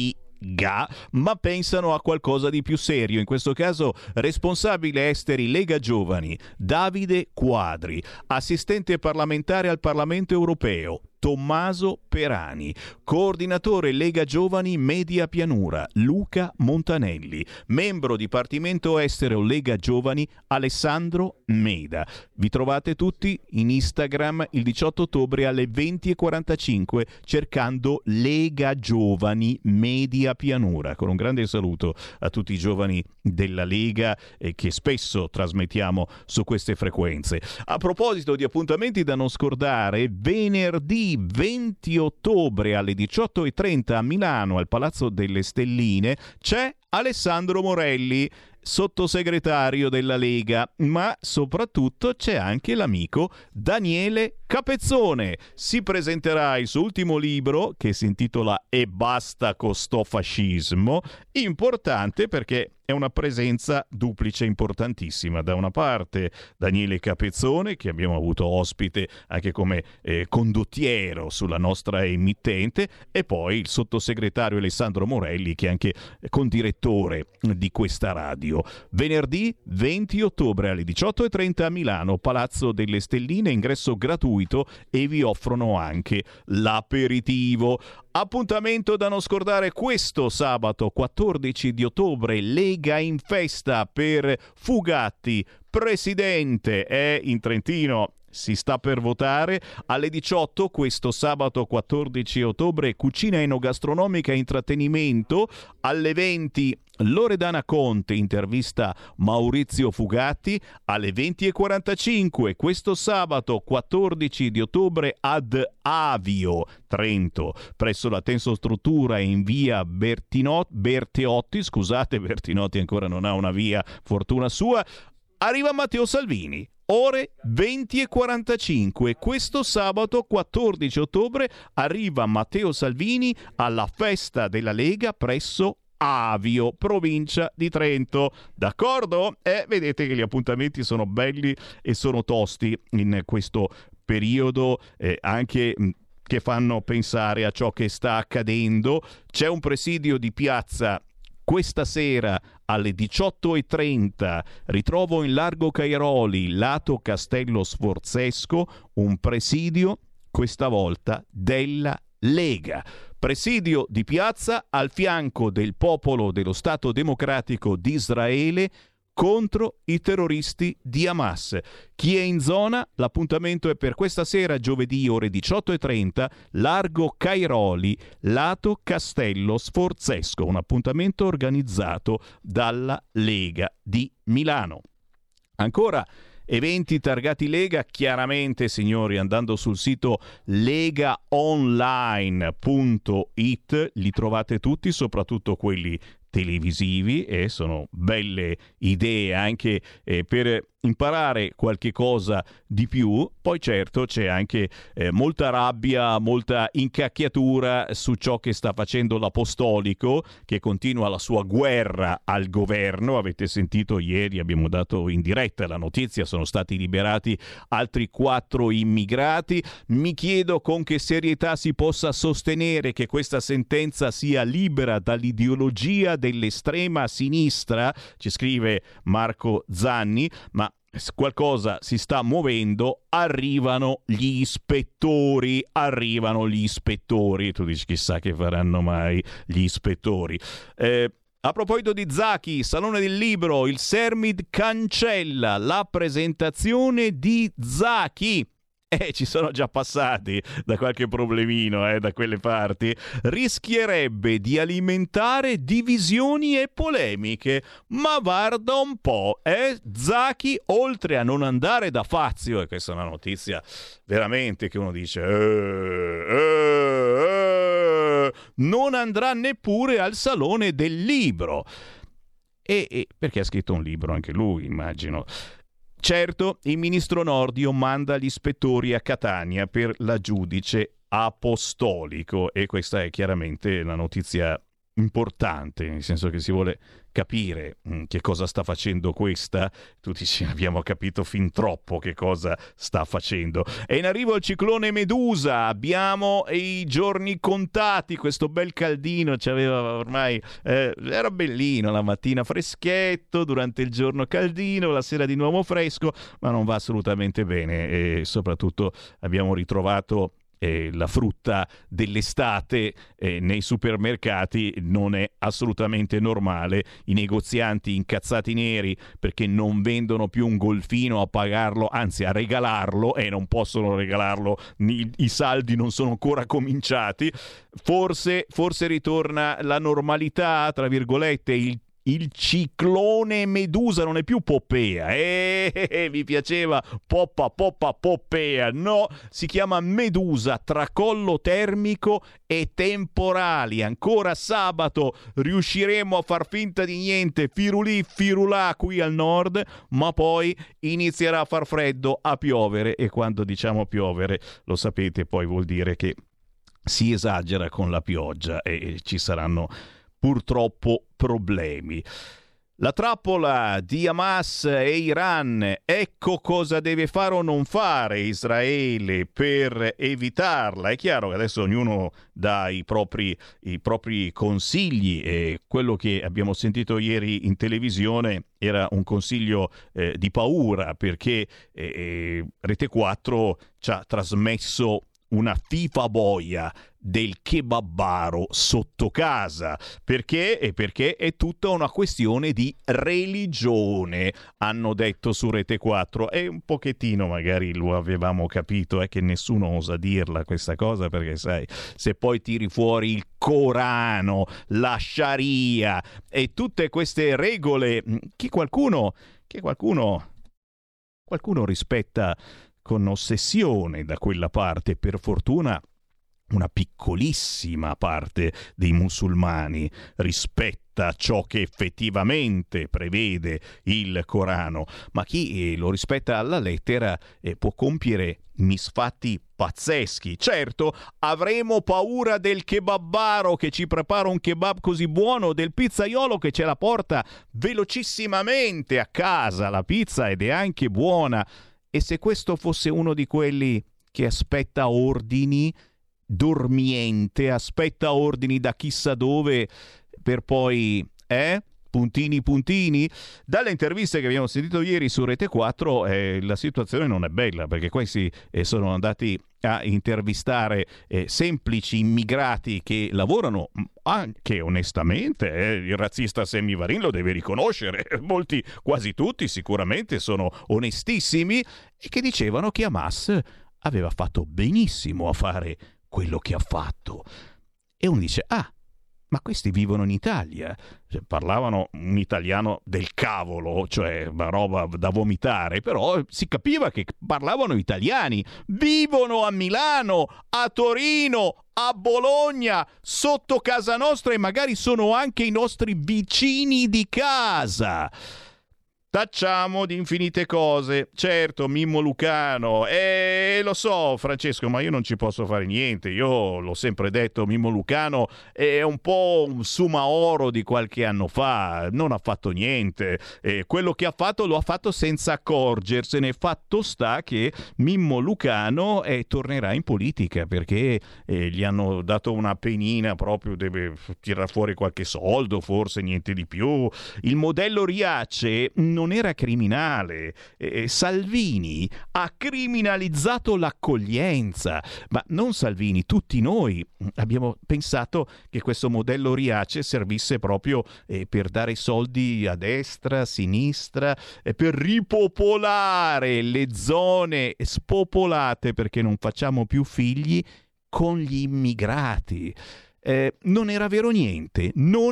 ma pensano a qualcosa di più serio. In questo caso responsabile esteri Lega Giovani Davide Quadri, assistente parlamentare al Parlamento Europeo Tommaso Perani, coordinatore Lega Giovani Media Pianura Luca Montanelli, membro Dipartimento Estero Lega Giovani Alessandro Meda. Vi trovate tutti in Instagram il 18 ottobre alle 20:45 cercando Lega Giovani Media Pianura. Con un grande saluto a tutti i giovani della Lega che spesso trasmettiamo su queste frequenze. A proposito di appuntamenti da non scordare, venerdì 20 ottobre alle 18:30 a Milano al Palazzo delle Stelline c'è Alessandro Morelli, sottosegretario della Lega, ma soprattutto c'è anche l'amico Daniele Capezzone. Si presenterà il suo ultimo libro che si intitola E basta con sto fascismo, importante perché è una presenza duplice importantissima. Da una parte Daniele Capezzone, che abbiamo avuto ospite anche come condottiero sulla nostra emittente, e poi il sottosegretario Alessandro Morelli, che è anche condirettore di questa radio. Venerdì 20 ottobre alle 18:30 a Milano, Palazzo delle Stelline, ingresso gratuito e vi offrono anche l'aperitivo. Appuntamento da non scordare questo sabato 14 di ottobre, Lega in festa per Fugatti, presidente, è in Trentino. Si sta per votare alle 18 questo sabato 14 ottobre, cucina enogastronomica e intrattenimento. Alle 20 Loredana Conte intervista Maurizio Fugatti. Alle 20:45 questo sabato 14 di ottobre ad Avio, Trento, presso la Tensostruttura in via Bertiotti, scusate, Bertinotti ancora non ha una via, fortuna sua, arriva Matteo Salvini. Ore 20:45 questo sabato 14 ottobre arriva Matteo Salvini alla festa della Lega presso Avio, provincia di Trento. D'accordo? Vedete che gli appuntamenti sono belli e sono tosti in questo periodo, anche che fanno pensare a ciò che sta accadendo. C'è un presidio di piazza questa sera alle 18:30, ritrovo in Largo Cairoli, lato Castello Sforzesco, un presidio, questa volta della Lega. Presidio di piazza al fianco del popolo dello Stato Democratico di Israele contro i terroristi di Hamas. Chi è in zona? L'appuntamento è per questa sera, giovedì, ore 18:30, Largo Cairoli, lato Castello Sforzesco. Un appuntamento organizzato dalla Lega di Milano. Ancora eventi targati Lega, chiaramente, signori, andando sul sito legaonline.it li trovate tutti, soprattutto quelli televisivi, e sono belle idee anche per imparare qualche cosa di più. Poi certo c'è anche molta rabbia, molta incacchiatura su ciò che sta facendo l'Apostolico, che continua la sua guerra al governo. Avete sentito ieri, abbiamo dato in diretta la notizia, sono stati liberati altri 4 immigrati. Mi chiedo con che serietà si possa sostenere che questa sentenza sia libera dall'ideologia dell'estrema sinistra, ci scrive Marco Zanni, ma qualcosa si sta muovendo, arrivano gli ispettori, tu dici chissà che faranno mai gli ispettori. A proposito di Zaki, Salone del Libro, il Sermid cancella la presentazione di Zaki. Ci sono già passati da qualche problemino da quelle parti. Rischierebbe di alimentare divisioni e polemiche. Ma guarda un po', Zaki, oltre a non andare da Fazio, e questa è una notizia veramente che uno dice non andrà neppure al Salone del Libro. E perché ha scritto un libro anche lui, immagino. Certo, il ministro Nordio manda gli ispettori a Catania per la giudice apostolico, e questa è chiaramente la notizia importante, nel senso che si vuole capire che cosa sta facendo questa. Tutti abbiamo capito fin troppo che cosa sta facendo. È in arrivo il ciclone Medusa, abbiamo i giorni contati, questo bel caldino c'aveva ormai, era bellino la mattina freschetto, durante il giorno caldino, la sera di nuovo fresco, ma non va assolutamente bene, e soprattutto abbiamo ritrovato la frutta dell'estate nei supermercati. Non è assolutamente normale, i negozianti incazzati neri perché non vendono più un golfino a pagarlo, anzi a regalarlo, e non possono regalarlo, i saldi non sono ancora cominciati. Forse ritorna la normalità, tra virgolette. Il ciclone Medusa non è più Poppea, vi piaceva Poppea, no, si chiama Medusa, tracollo termico e temporali. Ancora sabato riusciremo a far finta di niente, firulì firulà qui al nord, ma poi inizierà a far freddo, a piovere, e quando diciamo piovere, lo sapete, poi vuol dire che si esagera con la pioggia e ci saranno purtroppo problemi. La trappola di Hamas e Iran, ecco cosa deve fare o non fare Israele per evitarla. È chiaro che adesso ognuno dà i propri consigli, e quello che abbiamo sentito ieri in televisione era un consiglio di paura, perché Rete 4 ci ha trasmesso una FIFA boia del kebabbaro sotto casa. Perché? E perché è tutta una questione di religione, hanno detto su Rete 4, e un pochettino magari lo avevamo capito, è che nessuno osa dirla questa cosa, perché sai, se poi tiri fuori il Corano, la Sharia e tutte queste regole che qualcuno rispetta con ossessione da quella parte, per fortuna una piccolissima parte dei musulmani rispetta ciò che effettivamente prevede il Corano, ma chi lo rispetta alla lettera può compiere misfatti pazzeschi. Certo, avremo paura del kebabbaro che ci prepara un kebab così buono, del pizzaiolo che ce la porta velocissimamente a casa la pizza ed è anche buona. E se questo fosse uno di quelli che aspetta ordini, dormiente, aspetta ordini da chissà dove, per poi puntini. Dalle interviste che abbiamo sentito ieri su Rete 4 la situazione non è bella, perché questi sono andati a intervistare semplici immigrati che lavorano anche onestamente. Il razzista Sammy Varin lo deve riconoscere, molti, quasi tutti sicuramente sono onestissimi, e che dicevano che Hamas aveva fatto benissimo a fare quello che ha fatto. E uno dice, Ma questi vivono in Italia, cioè, parlavano un italiano del cavolo, cioè una roba da vomitare, però si capiva che parlavano italiani, vivono a Milano, a Torino, a Bologna, sotto casa nostra e magari sono anche i nostri vicini di casa. Tacciamo di infinite cose. Certo, Mimmo Lucano. Lo so, Francesco, ma io non ci posso fare niente. Io l'ho sempre detto, Mimmo Lucano è un po' un Sumaoro di qualche anno fa. Non ha fatto niente. Quello che ha fatto lo ha fatto senza accorgersene. Fatto sta che Mimmo Lucano tornerà in politica perché gli hanno dato una penina proprio, deve tirare fuori qualche soldo, forse niente di più. Il modello Riace non era criminale. Salvini ha criminalizzato l'accoglienza, ma non Salvini, tutti noi abbiamo pensato che questo modello Riace servisse proprio per dare soldi a destra, a sinistra, per ripopolare le zone spopolate perché non facciamo più figli con gli immigrati. Non era vero niente,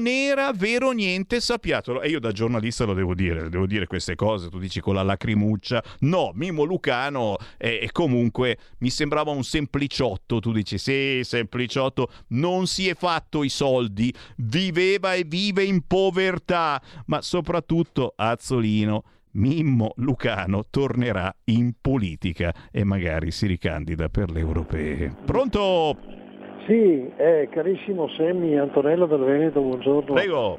sappiatelo. E io da giornalista lo devo dire queste cose. Tu dici con la lacrimuccia. No, Mimmo Lucano comunque mi sembrava un sempliciotto. Tu dici sì, sempliciotto, non si è fatto i soldi, viveva e vive in povertà, ma soprattutto Azzolino, Mimmo Lucano tornerà in politica e magari si ricandida per le europee. Pronto? Sì, carissimo Sammy, Antonello del Veneto, buongiorno. Prego.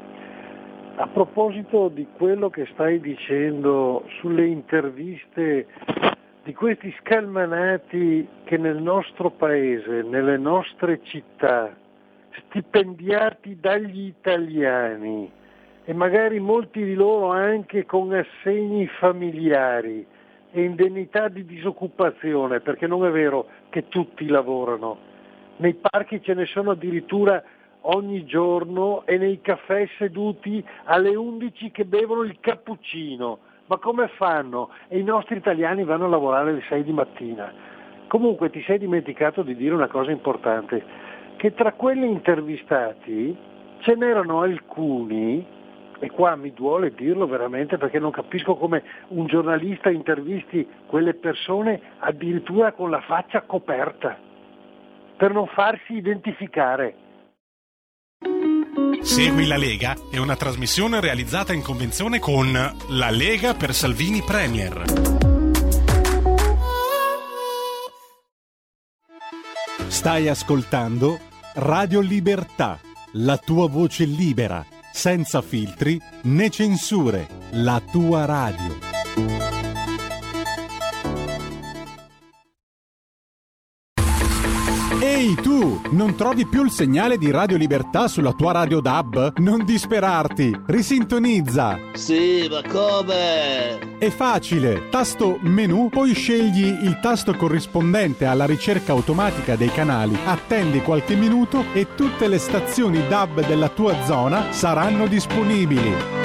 A proposito di quello che stai dicendo sulle interviste di questi scalmanati che nel nostro paese, nelle nostre città, stipendiati dagli italiani e magari molti di loro anche con assegni familiari e indennità di disoccupazione, perché non è vero che tutti lavorano. Nei parchi ce ne sono addirittura ogni giorno e nei caffè seduti alle 11 che bevono il cappuccino. Ma come fanno? E i nostri italiani vanno a lavorare alle 6 di mattina. Comunque ti sei dimenticato di dire una cosa importante, che tra quelli intervistati ce n'erano alcuni, e qua mi duole dirlo veramente perché non capisco come un giornalista intervisti quelle persone addirittura con la faccia coperta, per non farsi identificare. Segui la Lega è una trasmissione realizzata in convenzione con La Lega per Salvini Premier. Stai ascoltando Radio Libertà, la tua voce libera, senza filtri né censure, la tua radio. Ehi tu, non trovi più il segnale di Radio Libertà sulla tua radio DAB? Non disperarti, risintonizza! Sì, ma come? È facile, tasto menu, poi scegli il tasto corrispondente alla ricerca automatica dei canali, attendi qualche minuto e tutte le stazioni DAB della tua zona saranno disponibili.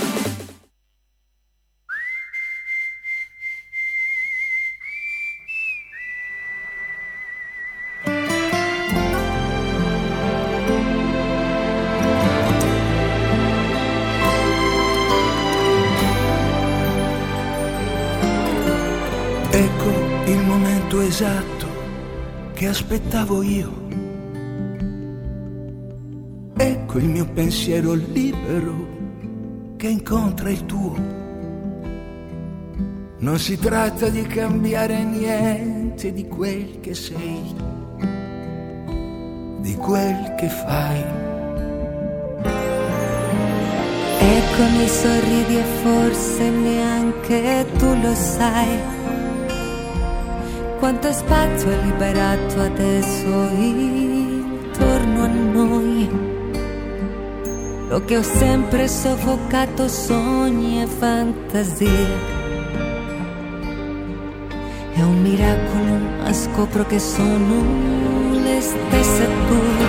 Esatto che aspettavo io. Ecco il mio pensiero libero che incontra il tuo. Non si tratta di cambiare niente di quel che sei, di quel che fai. Ecco mi sorridi e forse neanche tu lo sai quanto spazio è liberato adesso intorno a noi. Lo che ho sempre soffocato, sogni e fantasie. È un miracolo, ma scopro che sono le stesse tue.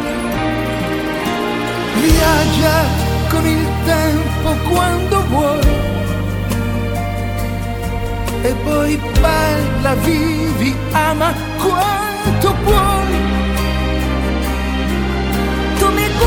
Viaggia con il tempo quando vuoi e poi balla, vivi, ama quanto puoi. Tu mi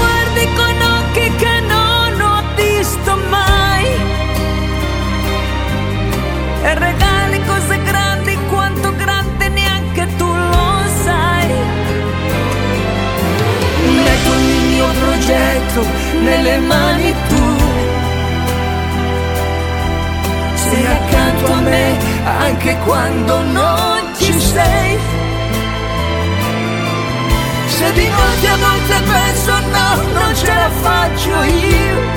dentro nelle mani tue. Sei accanto a me anche quando non ci sei. Se di notte a volte penso no, non ce la faccio io,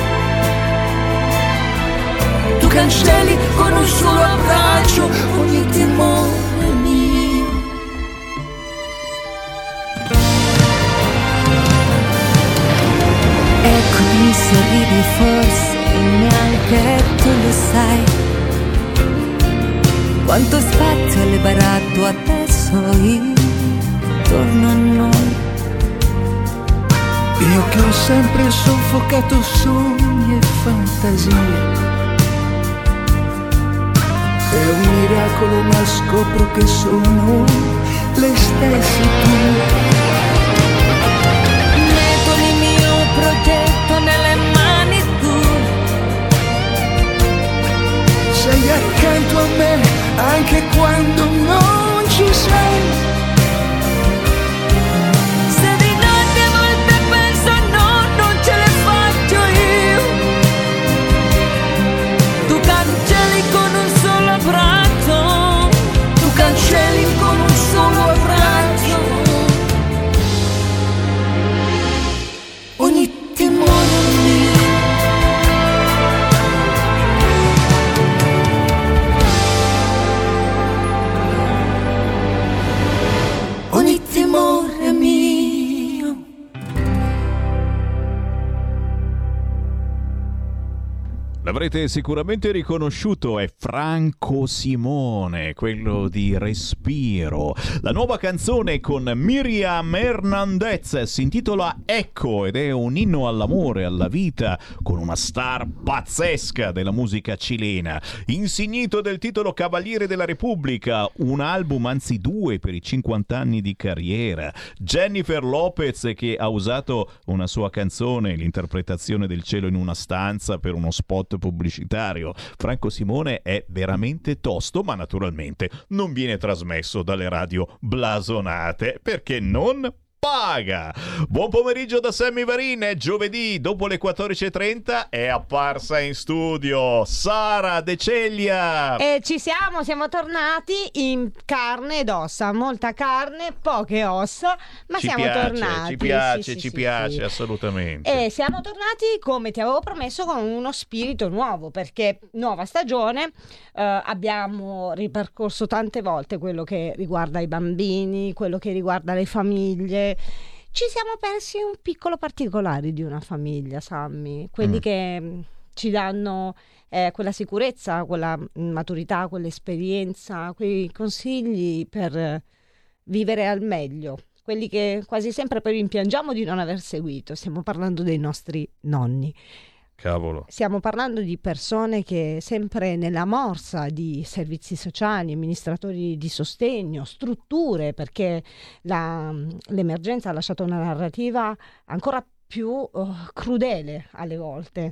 tu cancelli con un solo abbraccio ogni timore mio. Ecco mi sorridi, forse neanche tu lo sai, quanto spazio è liberato adesso intorno a noi. Io che ho sempre soffocato sogni e fantasie, è un miracolo ma scopro che sono le stesse tue. Metto il mio progetto nelle mani tue. Sei accanto a me anche quando non ci sei. Cancelli con un solo abbraccio ogni timore mio. Ogni timore mio. L'avrete sicuramente riconosciuto, è Franco Simone, quello di Respiro. La nuova canzone con Miriam Hernandez si intitola Ecco ed è un inno all'amore, alla vita, con una star pazzesca della musica cilena. Insignito del titolo Cavaliere della Repubblica, un album, anzi 2 per i 50 anni di carriera. Jennifer Lopez che ha usato una sua canzone, l'interpretazione del cielo in una stanza per uno spot pubblicitario. Franco Simone è veramente tosto, ma naturalmente non viene trasmesso dalle radio blasonate perché non paga. Buon pomeriggio da Sammy Varin. È giovedì, dopo le 14.30 è apparsa in studio Sara De Ceglia. E ci siamo tornati in carne ed ossa, molta carne, poche ossa, ma ci siamo piace, tornati. Ci piace, assolutamente. E siamo tornati, come ti avevo promesso, con uno spirito nuovo, perché nuova stagione, abbiamo ripercorso tante volte quello che riguarda i bambini, quello che riguarda le famiglie. Ci siamo persi un piccolo particolare di una famiglia, Sammy, quelli che ci danno quella sicurezza, quella maturità, quell'esperienza, quei consigli per vivere al meglio, quelli che quasi sempre poi rimpiangiamo di non aver seguito. Stiamo parlando dei nostri nonni. Cavolo. Stiamo parlando di persone che sempre nella morsa di servizi sociali, amministratori di sostegno, strutture, perché l'emergenza ha lasciato una narrativa ancora più crudele alle volte.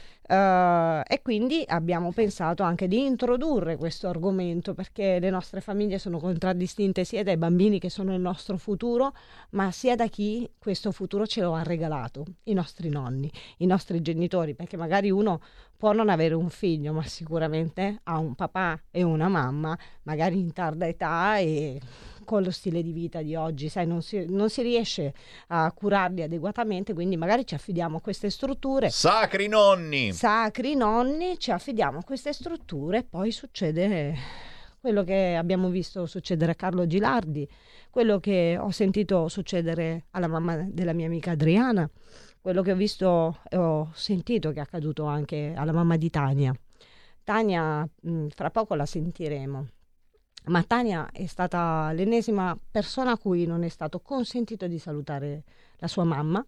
E quindi abbiamo pensato anche di introdurre questo argomento, perché le nostre famiglie sono contraddistinte sia dai bambini che sono il nostro futuro, ma sia da chi questo futuro ce lo ha regalato, i nostri nonni, i nostri genitori, perché magari uno può non avere un figlio, ma sicuramente ha un papà e una mamma, magari in tarda età e con lo stile di vita di oggi, sai, non si riesce a curarli adeguatamente, quindi magari ci affidiamo a queste strutture. Sacri nonni, ci affidiamo a queste strutture e poi succede quello che abbiamo visto succedere a Carlo Gilardi, quello che ho sentito succedere alla mamma della mia amica Adriana, quello che ho visto e ho sentito che è accaduto anche alla mamma di Tania. Tania, fra poco la sentiremo. Ma Tania è stata l'ennesima persona a cui non è stato consentito di salutare la sua mamma,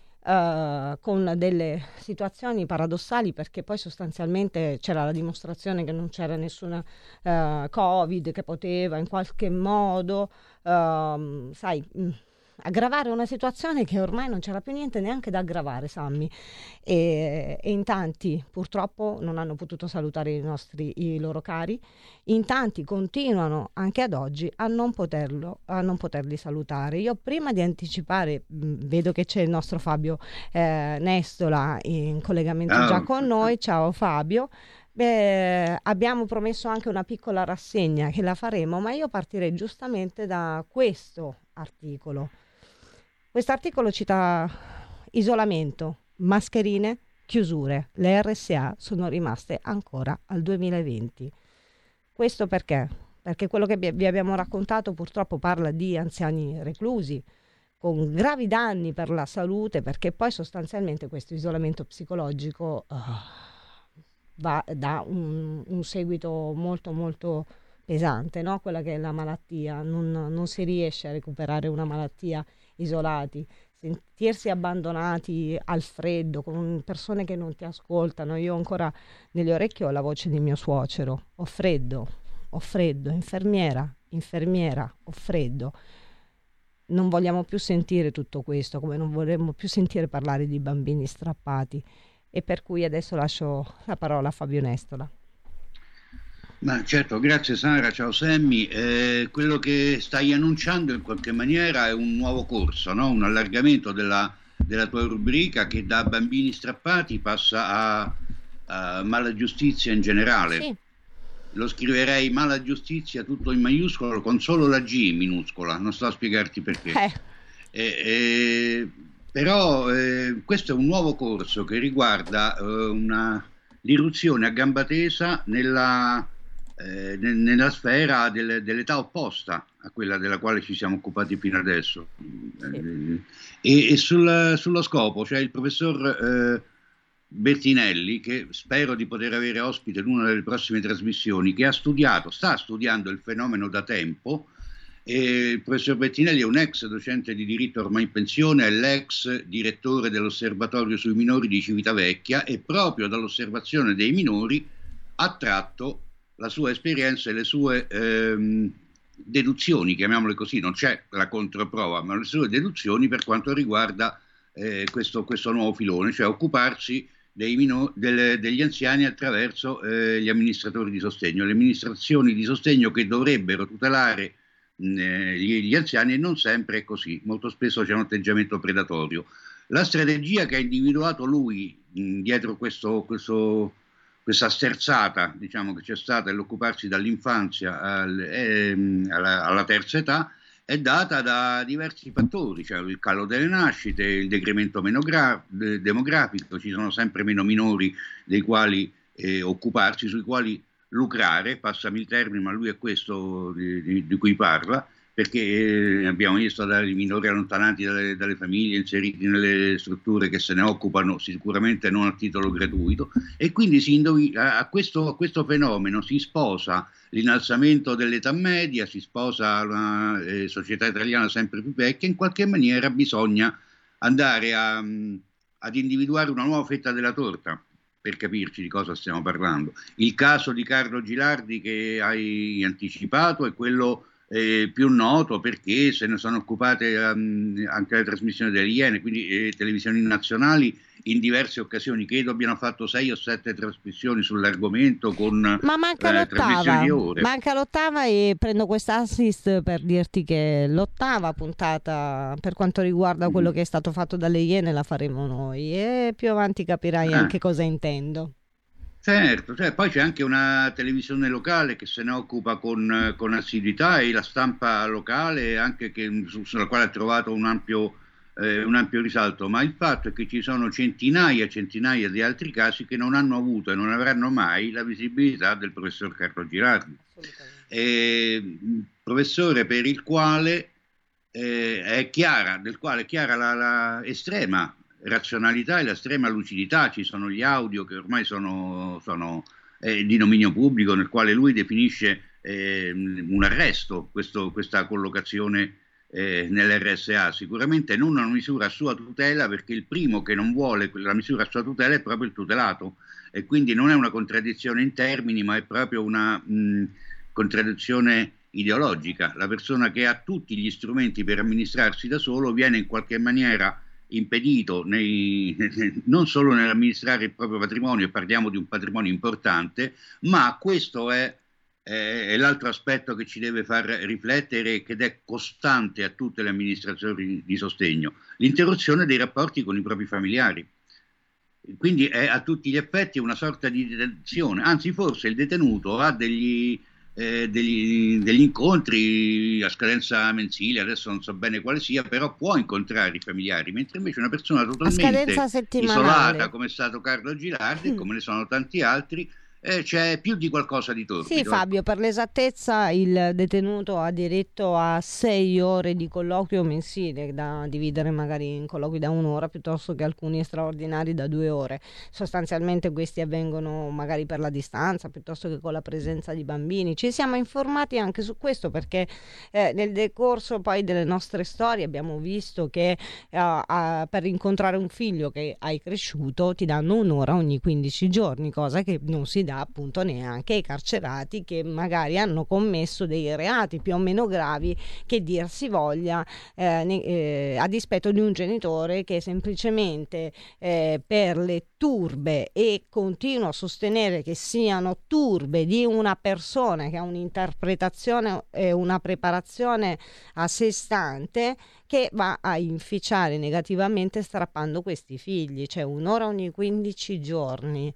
con delle situazioni paradossali, perché poi sostanzialmente c'era la dimostrazione che non c'era nessuna Covid che poteva in qualche modo, aggravare una situazione che ormai non c'era più niente neanche da aggravare, Sammy, e in tanti purtroppo non hanno potuto salutare i loro cari, in tanti continuano anche ad oggi a non poterli salutare. Io, prima di anticipare, vedo che c'è il nostro Fabio Nestola in collegamento già con noi. Ciao Fabio. Abbiamo promesso anche una piccola rassegna che la faremo, ma io partirei giustamente da questo articolo. Quest'articolo cita isolamento, mascherine, chiusure. Le RSA sono rimaste ancora al 2020. Questo perché? Perché quello che vi abbiamo raccontato purtroppo parla di anziani reclusi con gravi danni per la salute, perché poi sostanzialmente questo isolamento psicologico da un seguito molto molto pesante, no? Quella che è la malattia, non si riesce a recuperare una malattia isolati, sentirsi abbandonati al freddo con persone che non ti ascoltano. Io ancora nelle orecchie ho la voce di mio suocero: ho freddo, infermiera, ho freddo. Non vogliamo più sentire tutto questo, come non vorremmo più sentire parlare di bambini strappati. E per cui adesso lascio la parola a Fabio Nestola. Ma certo, grazie Sara, ciao Sammy. Quello che stai annunciando in qualche maniera è un nuovo corso, no? Un allargamento della tua rubrica, che da bambini strappati passa a malagiustizia in generale. Sì. Lo scriverei malagiustizia tutto in maiuscolo con solo la G minuscola, non sto a spiegarti perché. Però questo è un nuovo corso che riguarda l'irruzione a gamba tesa nella sfera dell'età opposta a quella della quale ci siamo occupati fino adesso. E sullo scopo c'è il professor Bettinelli, che spero di poter avere ospite in una delle prossime trasmissioni, che sta studiando il fenomeno da tempo. Il professor Bettinelli è un ex docente di diritto ormai in pensione, è l'ex direttore dell'Osservatorio sui minori di Civitavecchia, e proprio dall'osservazione dei minori ha tratto la sua esperienza e le sue deduzioni, chiamiamole così, non c'è la controprova, ma le sue deduzioni per quanto riguarda questo nuovo filone, cioè occuparsi degli anziani attraverso gli amministratori di sostegno, le amministrazioni di sostegno che dovrebbero tutelare gli anziani, e non sempre è così, molto spesso c'è un atteggiamento predatorio. La strategia che ha individuato lui dietro questa sterzata, diciamo, che c'è stata, nell'occuparsi dall'infanzia alla terza età, è data da diversi fattori, cioè il calo delle nascite, il decremento demografico, ci sono sempre meno minori dei quali occuparsi, sui quali lucrare, passami il termine, ma lui è questo di cui parla, perché abbiamo visto dai minori allontanati dalle famiglie, inseriti nelle strutture che se ne occupano, sicuramente non a titolo gratuito, e quindi a questo fenomeno si sposa l'innalzamento dell'età media, si sposa una società italiana sempre più vecchia. In qualche maniera bisogna andare ad individuare una nuova fetta della torta, per capirci di cosa stiamo parlando. Il caso di Carlo Gilardi che hai anticipato è quello più noto, perché se ne sono occupate anche le trasmissioni delle Iene, quindi televisioni nazionali, in diverse occasioni. Credo abbiano fatto 6 o 7 trasmissioni sull'argomento con trasmissioni di ore. Manca l'ottava, e prendo quest'assist per dirti che l'ottava puntata per quanto riguarda quello che è stato fatto dalle Iene la faremo noi, e più avanti capirai anche cosa intendo. Certo, poi c'è anche una televisione locale che se ne occupa con assiduità, e la stampa locale anche sulla quale ha trovato un ampio risalto, ma il fatto è che ci sono centinaia di altri casi che non hanno avuto e non avranno mai la visibilità del professor Carlo Gilardi, professore per il quale è chiara la estrema razionalità e l'estrema lucidità. Ci sono gli audio che ormai sono di dominio pubblico, nel quale lui definisce un arresto questa collocazione nell'RSA, sicuramente non una misura a sua tutela, perché il primo che non vuole la misura a sua tutela è proprio il tutelato, e quindi non è una contraddizione in termini, ma è proprio una contraddizione ideologica. La persona che ha tutti gli strumenti per amministrarsi da solo viene in qualche maniera impedito non solo nell'amministrare il proprio patrimonio, e parliamo di un patrimonio importante, ma questo è l'altro aspetto che ci deve far riflettere, ed è costante a tutte le amministrazioni di sostegno: l'interruzione dei rapporti con i propri familiari. Quindi è a tutti gli effetti una sorta di detenzione, anzi forse il detenuto ha degli incontri a scadenza mensile, adesso non so bene quale sia, però può incontrare i familiari, mentre invece una persona totalmente isolata, come è stato Carlo Gilardi, come ne sono tanti altri, c'è più di qualcosa di torbido. Sì, Fabio, per l'esattezza il detenuto ha diritto a 6 ore di colloquio mensile, da dividere magari in colloqui da 1 ora piuttosto che alcuni straordinari da 2 ore. Sostanzialmente questi avvengono magari per la distanza piuttosto che con la presenza di bambini. Ci siamo informati anche su questo perché nel decorso poi delle nostre storie abbiamo visto che per incontrare un figlio che hai cresciuto ti danno 1 ora ogni 15 giorni, cosa che non si dà appunto neanche ai carcerati che magari hanno commesso dei reati più o meno gravi, che dir si voglia, a dispetto di un genitore che semplicemente per le turbe, e continuo a sostenere che siano turbe, di una persona che ha un'interpretazione e una preparazione a sé stante, che va a inficiare negativamente strappando questi figli. Cioè 1 ora ogni 15 giorni.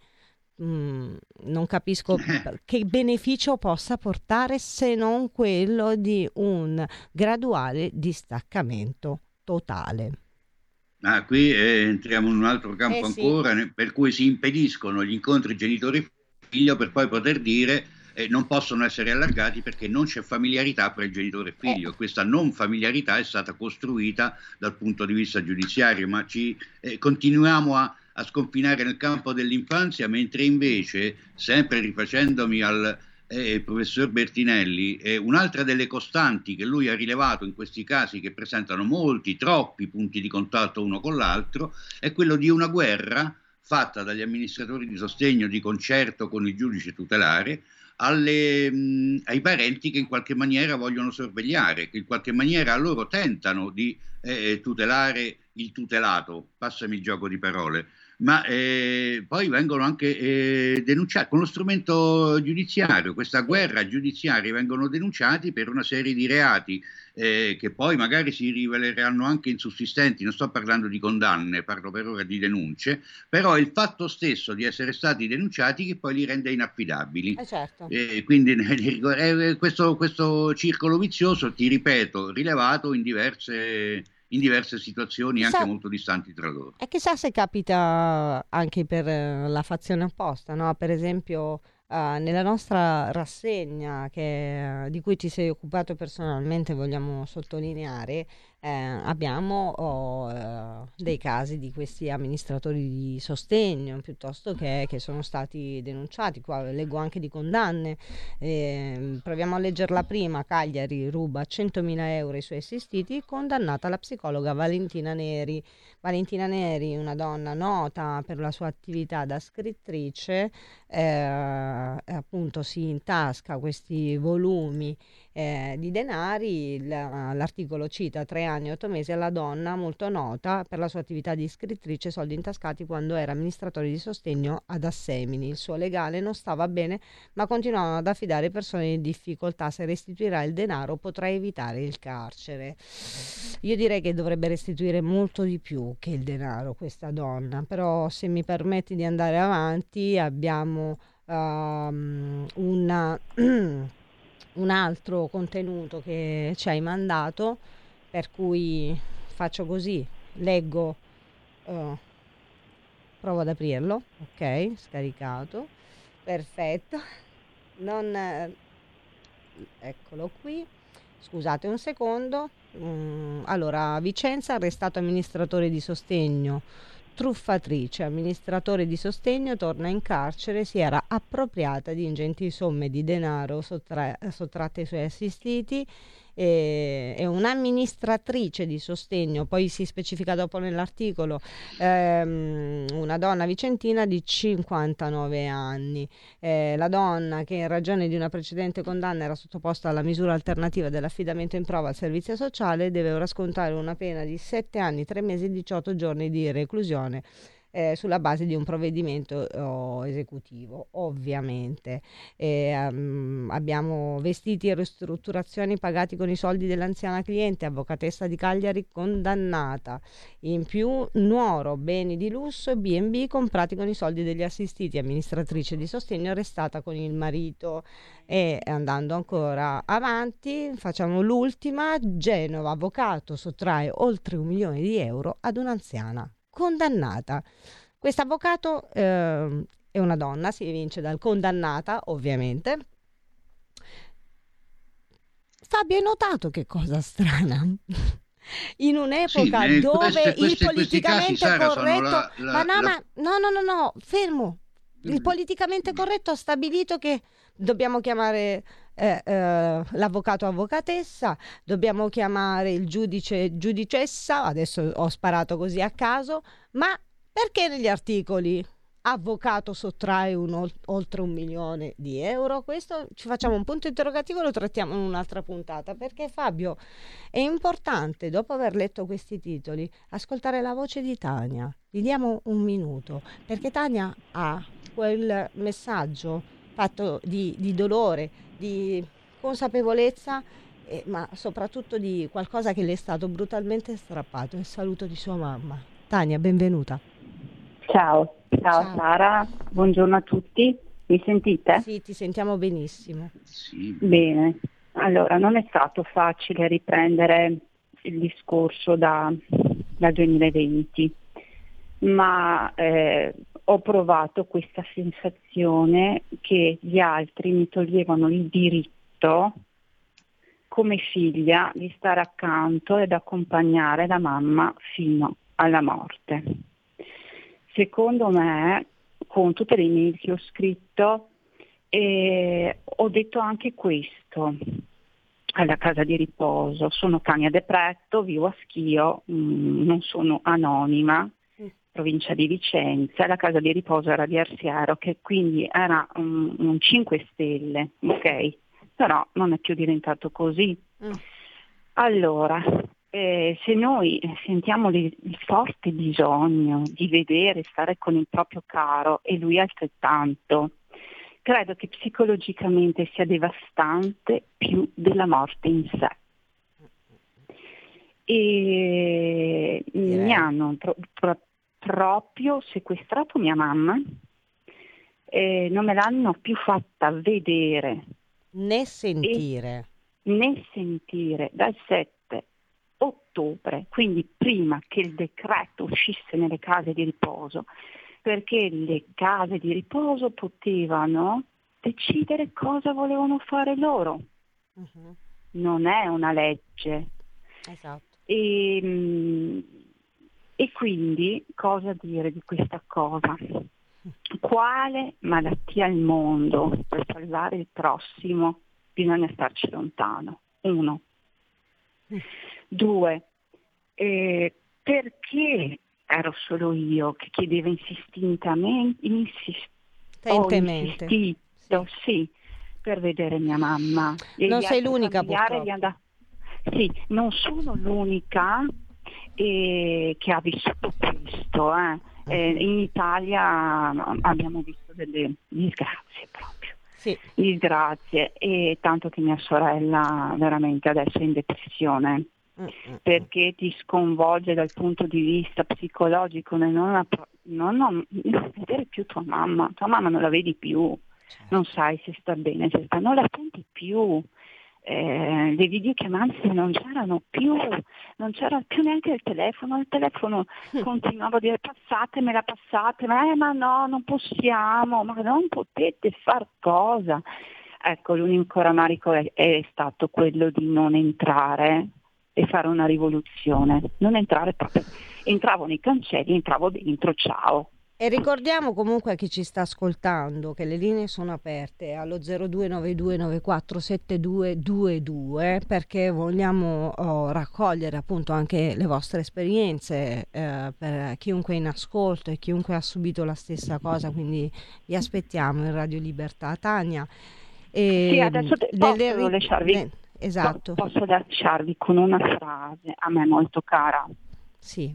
Non capisco che beneficio possa portare, se non quello di un graduale distaccamento totale. Qui entriamo in un altro campo ancora, per cui si impediscono gli incontri genitori-figlio per poi poter dire non possono essere allargati perché non c'è familiarità tra il genitore e figlio. Questa non familiarità è stata costruita dal punto di vista giudiziario, ma continuiamo a sconfinare nel campo dell'infanzia, mentre invece, sempre rifacendomi al professor Bertinelli, un'altra delle costanti che lui ha rilevato in questi casi, che presentano troppi punti di contatto uno con l'altro, è quello di una guerra fatta dagli amministratori di sostegno di concerto con il giudice tutelare ai parenti che in qualche maniera vogliono sorvegliare, che in qualche maniera loro tentano di tutelare il tutelato, passami il gioco di parole, ma poi vengono anche denunciati con lo strumento giudiziario. Questa guerra giudiziaria, vengono denunciati per una serie di reati che poi magari si riveleranno anche insussistenti. Non sto parlando di condanne, parlo per ora di denunce, però è il fatto stesso di essere stati denunciati che poi li rende inaffidabili. Certo. Quindi questo circolo vizioso, ti ripeto, rilevato in diverse situazioni, anche molto distanti tra loro. E chissà se capita anche per la fazione opposta, no? Per esempio nella nostra rassegna di cui ti sei occupato personalmente, vogliamo sottolineare, abbiamo dei casi di questi amministratori di sostegno piuttosto che sono stati denunciati. Qua leggo anche di condanne, proviamo a leggerla prima. Cagliari ruba 100.000 euro ai suoi assistiti, condannata la psicologa Valentina Neri. Valentina Neri, una donna nota per la sua attività da scrittrice, appunto si intasca questi volumi di denari. L'articolo cita 3 anni e 8 mesi alla donna molto nota per la sua attività di scrittrice, soldi intascati quando era amministratore di sostegno ad Assemini. Il suo legale non stava bene, ma continuavano ad affidare persone in difficoltà. Se restituirà il denaro potrà evitare il carcere. Io direi che dovrebbe restituire molto di più che il denaro questa donna, però se mi permetti di andare avanti abbiamo un altro contenuto che ci hai mandato, per cui faccio così, leggo, provo ad aprirlo, ok, scaricato, perfetto, eccolo qui, scusate un secondo. Allora, Vicenza, arrestato amministratore di sostegno, truffatrice, amministratore di sostegno torna in carcere, si era appropriata di ingenti somme di denaro sottratte ai suoi assistiti è un'amministratrice di sostegno, poi si specifica dopo nell'articolo, una donna vicentina di 59 anni. La donna, che in ragione di una precedente condanna era sottoposta alla misura alternativa dell'affidamento in prova al servizio sociale, deve ora scontare una pena di 7 anni, 3 mesi e 18 giorni di reclusione sulla base di un provvedimento esecutivo, ovviamente. Abbiamo vestiti e ristrutturazioni pagati con i soldi dell'anziana cliente, avvocatessa di Cagliari condannata. In più Nuoro, beni di lusso e B&B comprati con i soldi degli assistiti, amministratrice di sostegno arrestata con il marito. E andando ancora avanti, facciamo l'ultima. Genova, avvocato sottrae oltre 1 milione di euro ad un'anziana condannata. Questo avvocato è una donna, si evince dal condannata, ovviamente. Fabio, hai notato che cosa strana? In un'epoca dove il politicamente corretto, no, fermo. Il politicamente corretto ha stabilito che dobbiamo chiamare l'avvocato avvocatessa, dobbiamo chiamare il giudice giudicessa, adesso ho sparato così a caso, ma perché negli articoli avvocato sottrae oltre 1 milione di euro? Questo ci facciamo un punto interrogativo, lo trattiamo in un'altra puntata, perché Fabio, è importante, dopo aver letto questi titoli, ascoltare la voce di Tania. Gli diamo un minuto, perché Tania ha quel messaggio fatto di dolore, di consapevolezza, ma soprattutto di qualcosa che le è stato brutalmente strappato, il saluto di sua mamma. Tania, benvenuta. Ciao Sara, buongiorno a tutti, mi sentite? Sì, ti sentiamo benissimo. Sì. Bene, allora non è stato facile riprendere il discorso da 2020, ma ho provato questa sensazione che gli altri mi toglievano il diritto come figlia di stare accanto ed accompagnare la mamma fino alla morte. Secondo me, con tutte le email che ho scritto, ho detto anche questo alla casa di riposo. Sono Tania De Pretto, vivo a Schio, non sono anonima, provincia di Vicenza. La casa di riposo era di Arsiero, che quindi era un 5 stelle, ok? Però non è più diventato così. Allora, se noi sentiamo il forte bisogno di vedere, stare con il proprio caro, e lui altrettanto, credo che psicologicamente sia devastante più della morte in sé. E mi hanno proprio sequestrato mia mamma, non me l'hanno più fatta vedere né sentire dal 7 ottobre, quindi prima che il decreto uscisse nelle case di riposo, perché le case di riposo potevano decidere cosa volevano fare loro. Non è una legge. Esatto. E quindi cosa dire di questa cosa? Quale malattia al mondo per salvare il prossimo bisogna starci lontano? 1. 2. Perché ero solo io che chiedevo insistito, sì, per vedere mia mamma. E non sei l'unica, purtroppo. Sì, non sono l'unica che ha vissuto questo. In Italia abbiamo visto delle disgrazie proprio. Sì. Disgrazie, e tanto che mia sorella veramente adesso è in depressione, perché ti sconvolge dal punto di vista psicologico nel non vedere più tua mamma non la vedi più, non sai se sta bene, non la senti più. Le videochiamate non c'erano più, non c'era più neanche il telefono continuava a dire passatemela, ma no, non possiamo, ma non potete far cosa? Ecco, l'unico rammarico è stato quello di non entrare e fare una rivoluzione, non entrare proprio, entravo nei cancelli, entravo dentro, ciao. E ricordiamo comunque a chi ci sta ascoltando che le linee sono aperte allo 0292947222 perché vogliamo raccogliere appunto anche le vostre esperienze per chiunque è in ascolto e chiunque ha subito la stessa cosa, quindi vi aspettiamo in Radio Libertà. Tania. Sì, adesso posso lasciarvi, esatto. Posso lasciarvi con una frase a me molto cara. Sì.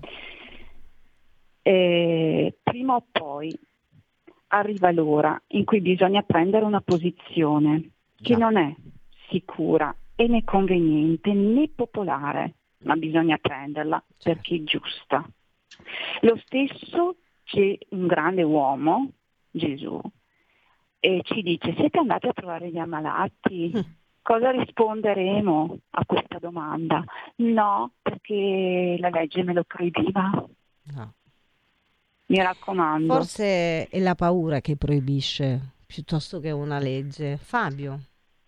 Prima o poi arriva l'ora in cui bisogna prendere una posizione che non è sicura e né conveniente né popolare, ma bisogna prenderla perché è giusta. Lo stesso c'è un grande uomo, Gesù, e ci dice: siete andati a trovare gli ammalati? Cosa risponderemo a questa domanda? No, perché la legge me lo proibiva. No. Mi raccomando. Forse è la paura che proibisce piuttosto che una legge. Fabio?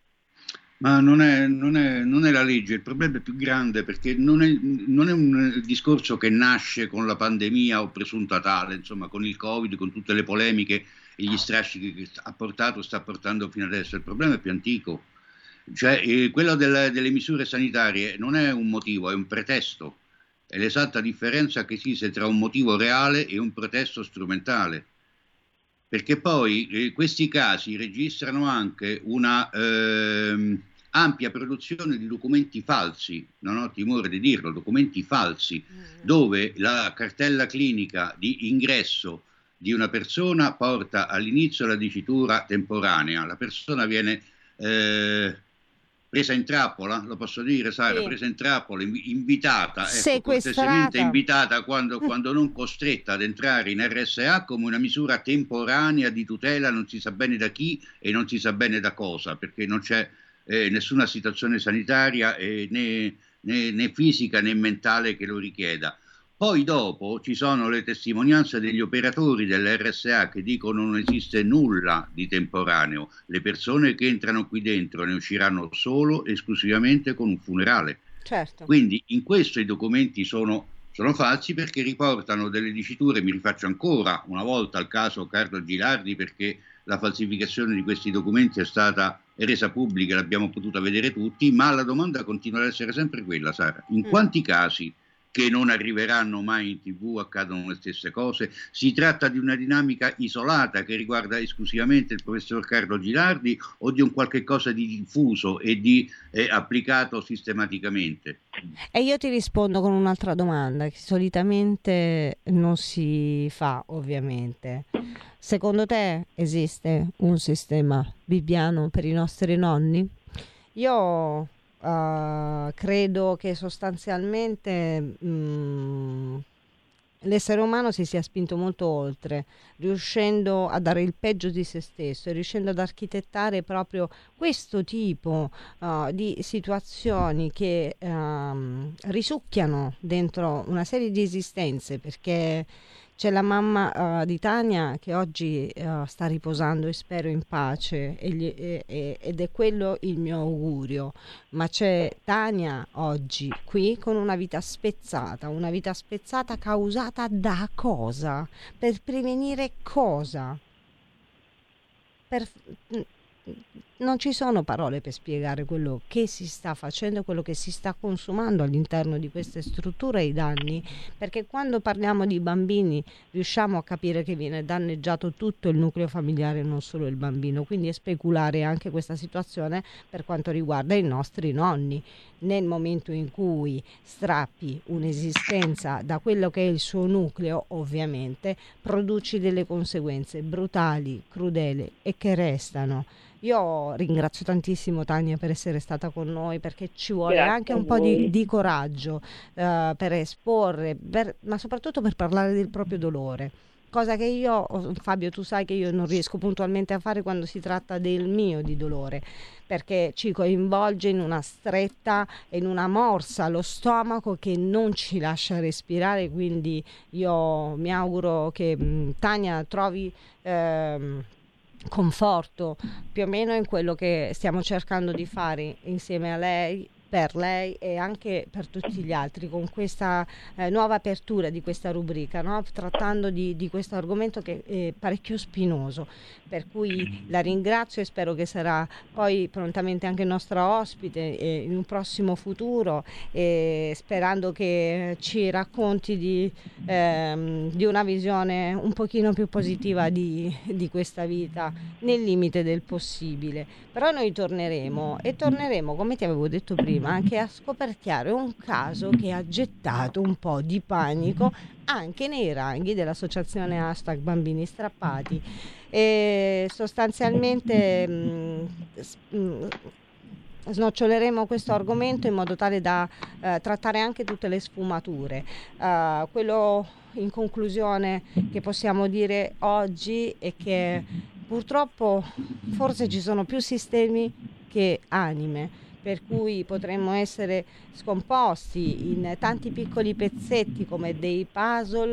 Ma non è la legge, il problema è più grande perché non è un discorso che nasce con la pandemia o presunta tale, insomma con il Covid, con tutte le polemiche e gli strascichi che sta portando fino adesso. Il problema è più antico, cioè quello delle misure sanitarie non è un motivo, è un pretesto. È l'esatta differenza che esiste tra un motivo reale e un pretesto strumentale, perché poi questi casi registrano anche una ampia produzione di documenti falsi, non ho timore di dirlo, documenti falsi, dove la cartella clinica di ingresso di una persona porta all'inizio la dicitura temporanea, la persona viene presa in trappola, lo posso dire Sara, sì. Presa in trappola, invitata, sequestrata, invitata quando non costretta ad entrare in RSA come una misura temporanea di tutela, non si sa bene da chi e non si sa bene da cosa, perché non c'è nessuna situazione sanitaria né fisica né mentale che lo richieda. Poi dopo ci sono le testimonianze degli operatori dell'RSA che dicono non esiste nulla di temporaneo, le persone che entrano qui dentro ne usciranno solo esclusivamente con un funerale. Certo. Quindi in questo i documenti sono falsi perché riportano delle diciture, mi rifaccio ancora una volta al caso Carlo Gilardi perché la falsificazione di questi documenti è stata resa pubblica, l'abbiamo potuta vedere tutti, ma la domanda continua ad essere sempre quella, Sara, in quanti casi che non arriveranno mai in TV accadono le stesse cose? Si tratta di una dinamica isolata che riguarda esclusivamente il professor Carlo Gilardi o di un qualche cosa di diffuso e di applicato sistematicamente? E io ti rispondo con un'altra domanda che solitamente non si fa, ovviamente. Secondo te esiste un sistema bibbiano per i nostri nonni? Io credo che sostanzialmente l'essere umano si sia spinto molto oltre, riuscendo a dare il peggio di se stesso e riuscendo ad architettare proprio questo tipo di situazioni che risucchiano dentro una serie di esistenze, perché c'è la mamma di Tania che oggi sta riposando e spero in pace ed è quello il mio augurio, ma c'è Tania oggi qui con una vita spezzata causata da cosa? Per prevenire cosa? Non ci sono parole per spiegare quello che si sta facendo, quello che si sta consumando all'interno di queste strutture e i danni, perché quando parliamo di bambini riusciamo a capire che viene danneggiato tutto il nucleo familiare, non solo il bambino, quindi è speculare anche questa situazione per quanto riguarda i nostri nonni. Nel momento in cui strappi un'esistenza da quello che è il suo nucleo, ovviamente produci delle conseguenze brutali, crudeli e che restano. Io ringrazio tantissimo Tania per essere stata con noi, perché ci vuole anche un po' di coraggio per esporre, ma soprattutto per parlare del proprio dolore, cosa che io, Fabio, tu sai che io non riesco puntualmente a fare quando si tratta del mio di dolore, perché ci coinvolge in una stretta e in una morsa allo stomaco che non ci lascia respirare, quindi io mi auguro che Tania trovi conforto più o meno in quello che stiamo cercando di fare insieme a lei per lei e anche per tutti gli altri con questa nuova apertura di questa rubrica, no? Trattando di questo argomento che è parecchio spinoso, per cui la ringrazio e spero che sarà poi prontamente anche nostra ospite in un prossimo futuro, sperando che ci racconti di una visione un pochino più positiva di questa vita nel limite del possibile. Però noi torneremo come ti avevo detto prima anche a scoperchiare un caso che ha gettato un po' di panico anche nei ranghi dell'associazione #Bambini Strappati, e sostanzialmente snoccioleremo questo argomento in modo tale da trattare anche tutte le sfumature. Quello in conclusione che possiamo dire oggi è che purtroppo forse ci sono più sistemi che anime, per cui potremmo essere scomposti in tanti piccoli pezzetti come dei puzzle,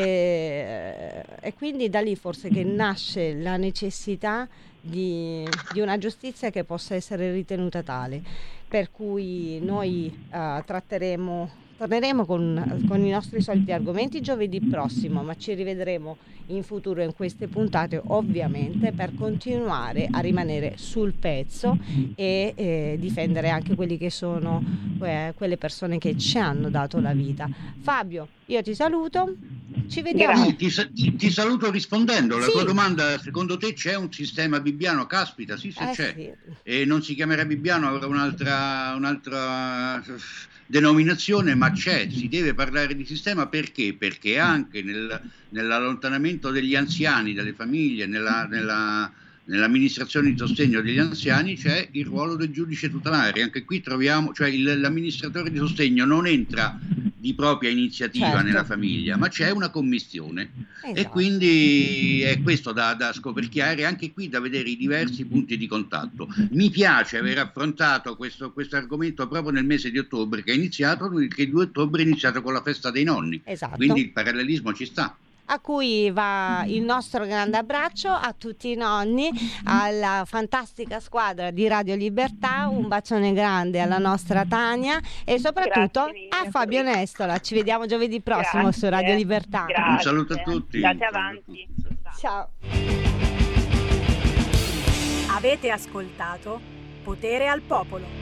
e quindi da lì forse che nasce la necessità di una giustizia che possa essere ritenuta tale, per cui noi torneremo con i nostri soliti argomenti giovedì prossimo, ma ci rivedremo in futuro in queste puntate, ovviamente per continuare a rimanere sul pezzo e difendere anche quelli che sono quelle persone che ci hanno dato la vita. Fabio, io ti saluto, ci vediamo. Ti saluto rispondendo alla Sì. tua domanda. Secondo te c'è un sistema bibbiano? Caspita, sì, c'è. Sì. E non si chiamerà bibbiano, avrà un'altra denominazione, ma c'è. Si deve parlare di sistema perché? Perché anche nell'allontanamento degli anziani, delle famiglie, nell'amministrazione di sostegno degli anziani c'è il ruolo del giudice tutelare. Anche qui troviamo, cioè l'amministratore di sostegno non entra di propria iniziativa Certo. nella famiglia, ma c'è una commissione. Esatto. E quindi è questo da scoperchiare, anche qui da vedere i diversi punti di contatto. Mi piace aver affrontato questo argomento proprio nel mese di ottobre, che il 2 ottobre è iniziato con la festa dei nonni. Esatto. Quindi il parallelismo ci sta. A cui va il nostro grande abbraccio a tutti i nonni, alla fantastica squadra di Radio Libertà, un bacione grande alla nostra Tania e soprattutto a Fabio Nestola. Ci vediamo giovedì prossimo Grazie. su Radio Libertà. Grazie. Un saluto a tutti. Andate avanti. Ciao. Avete ascoltato Potere al Popolo.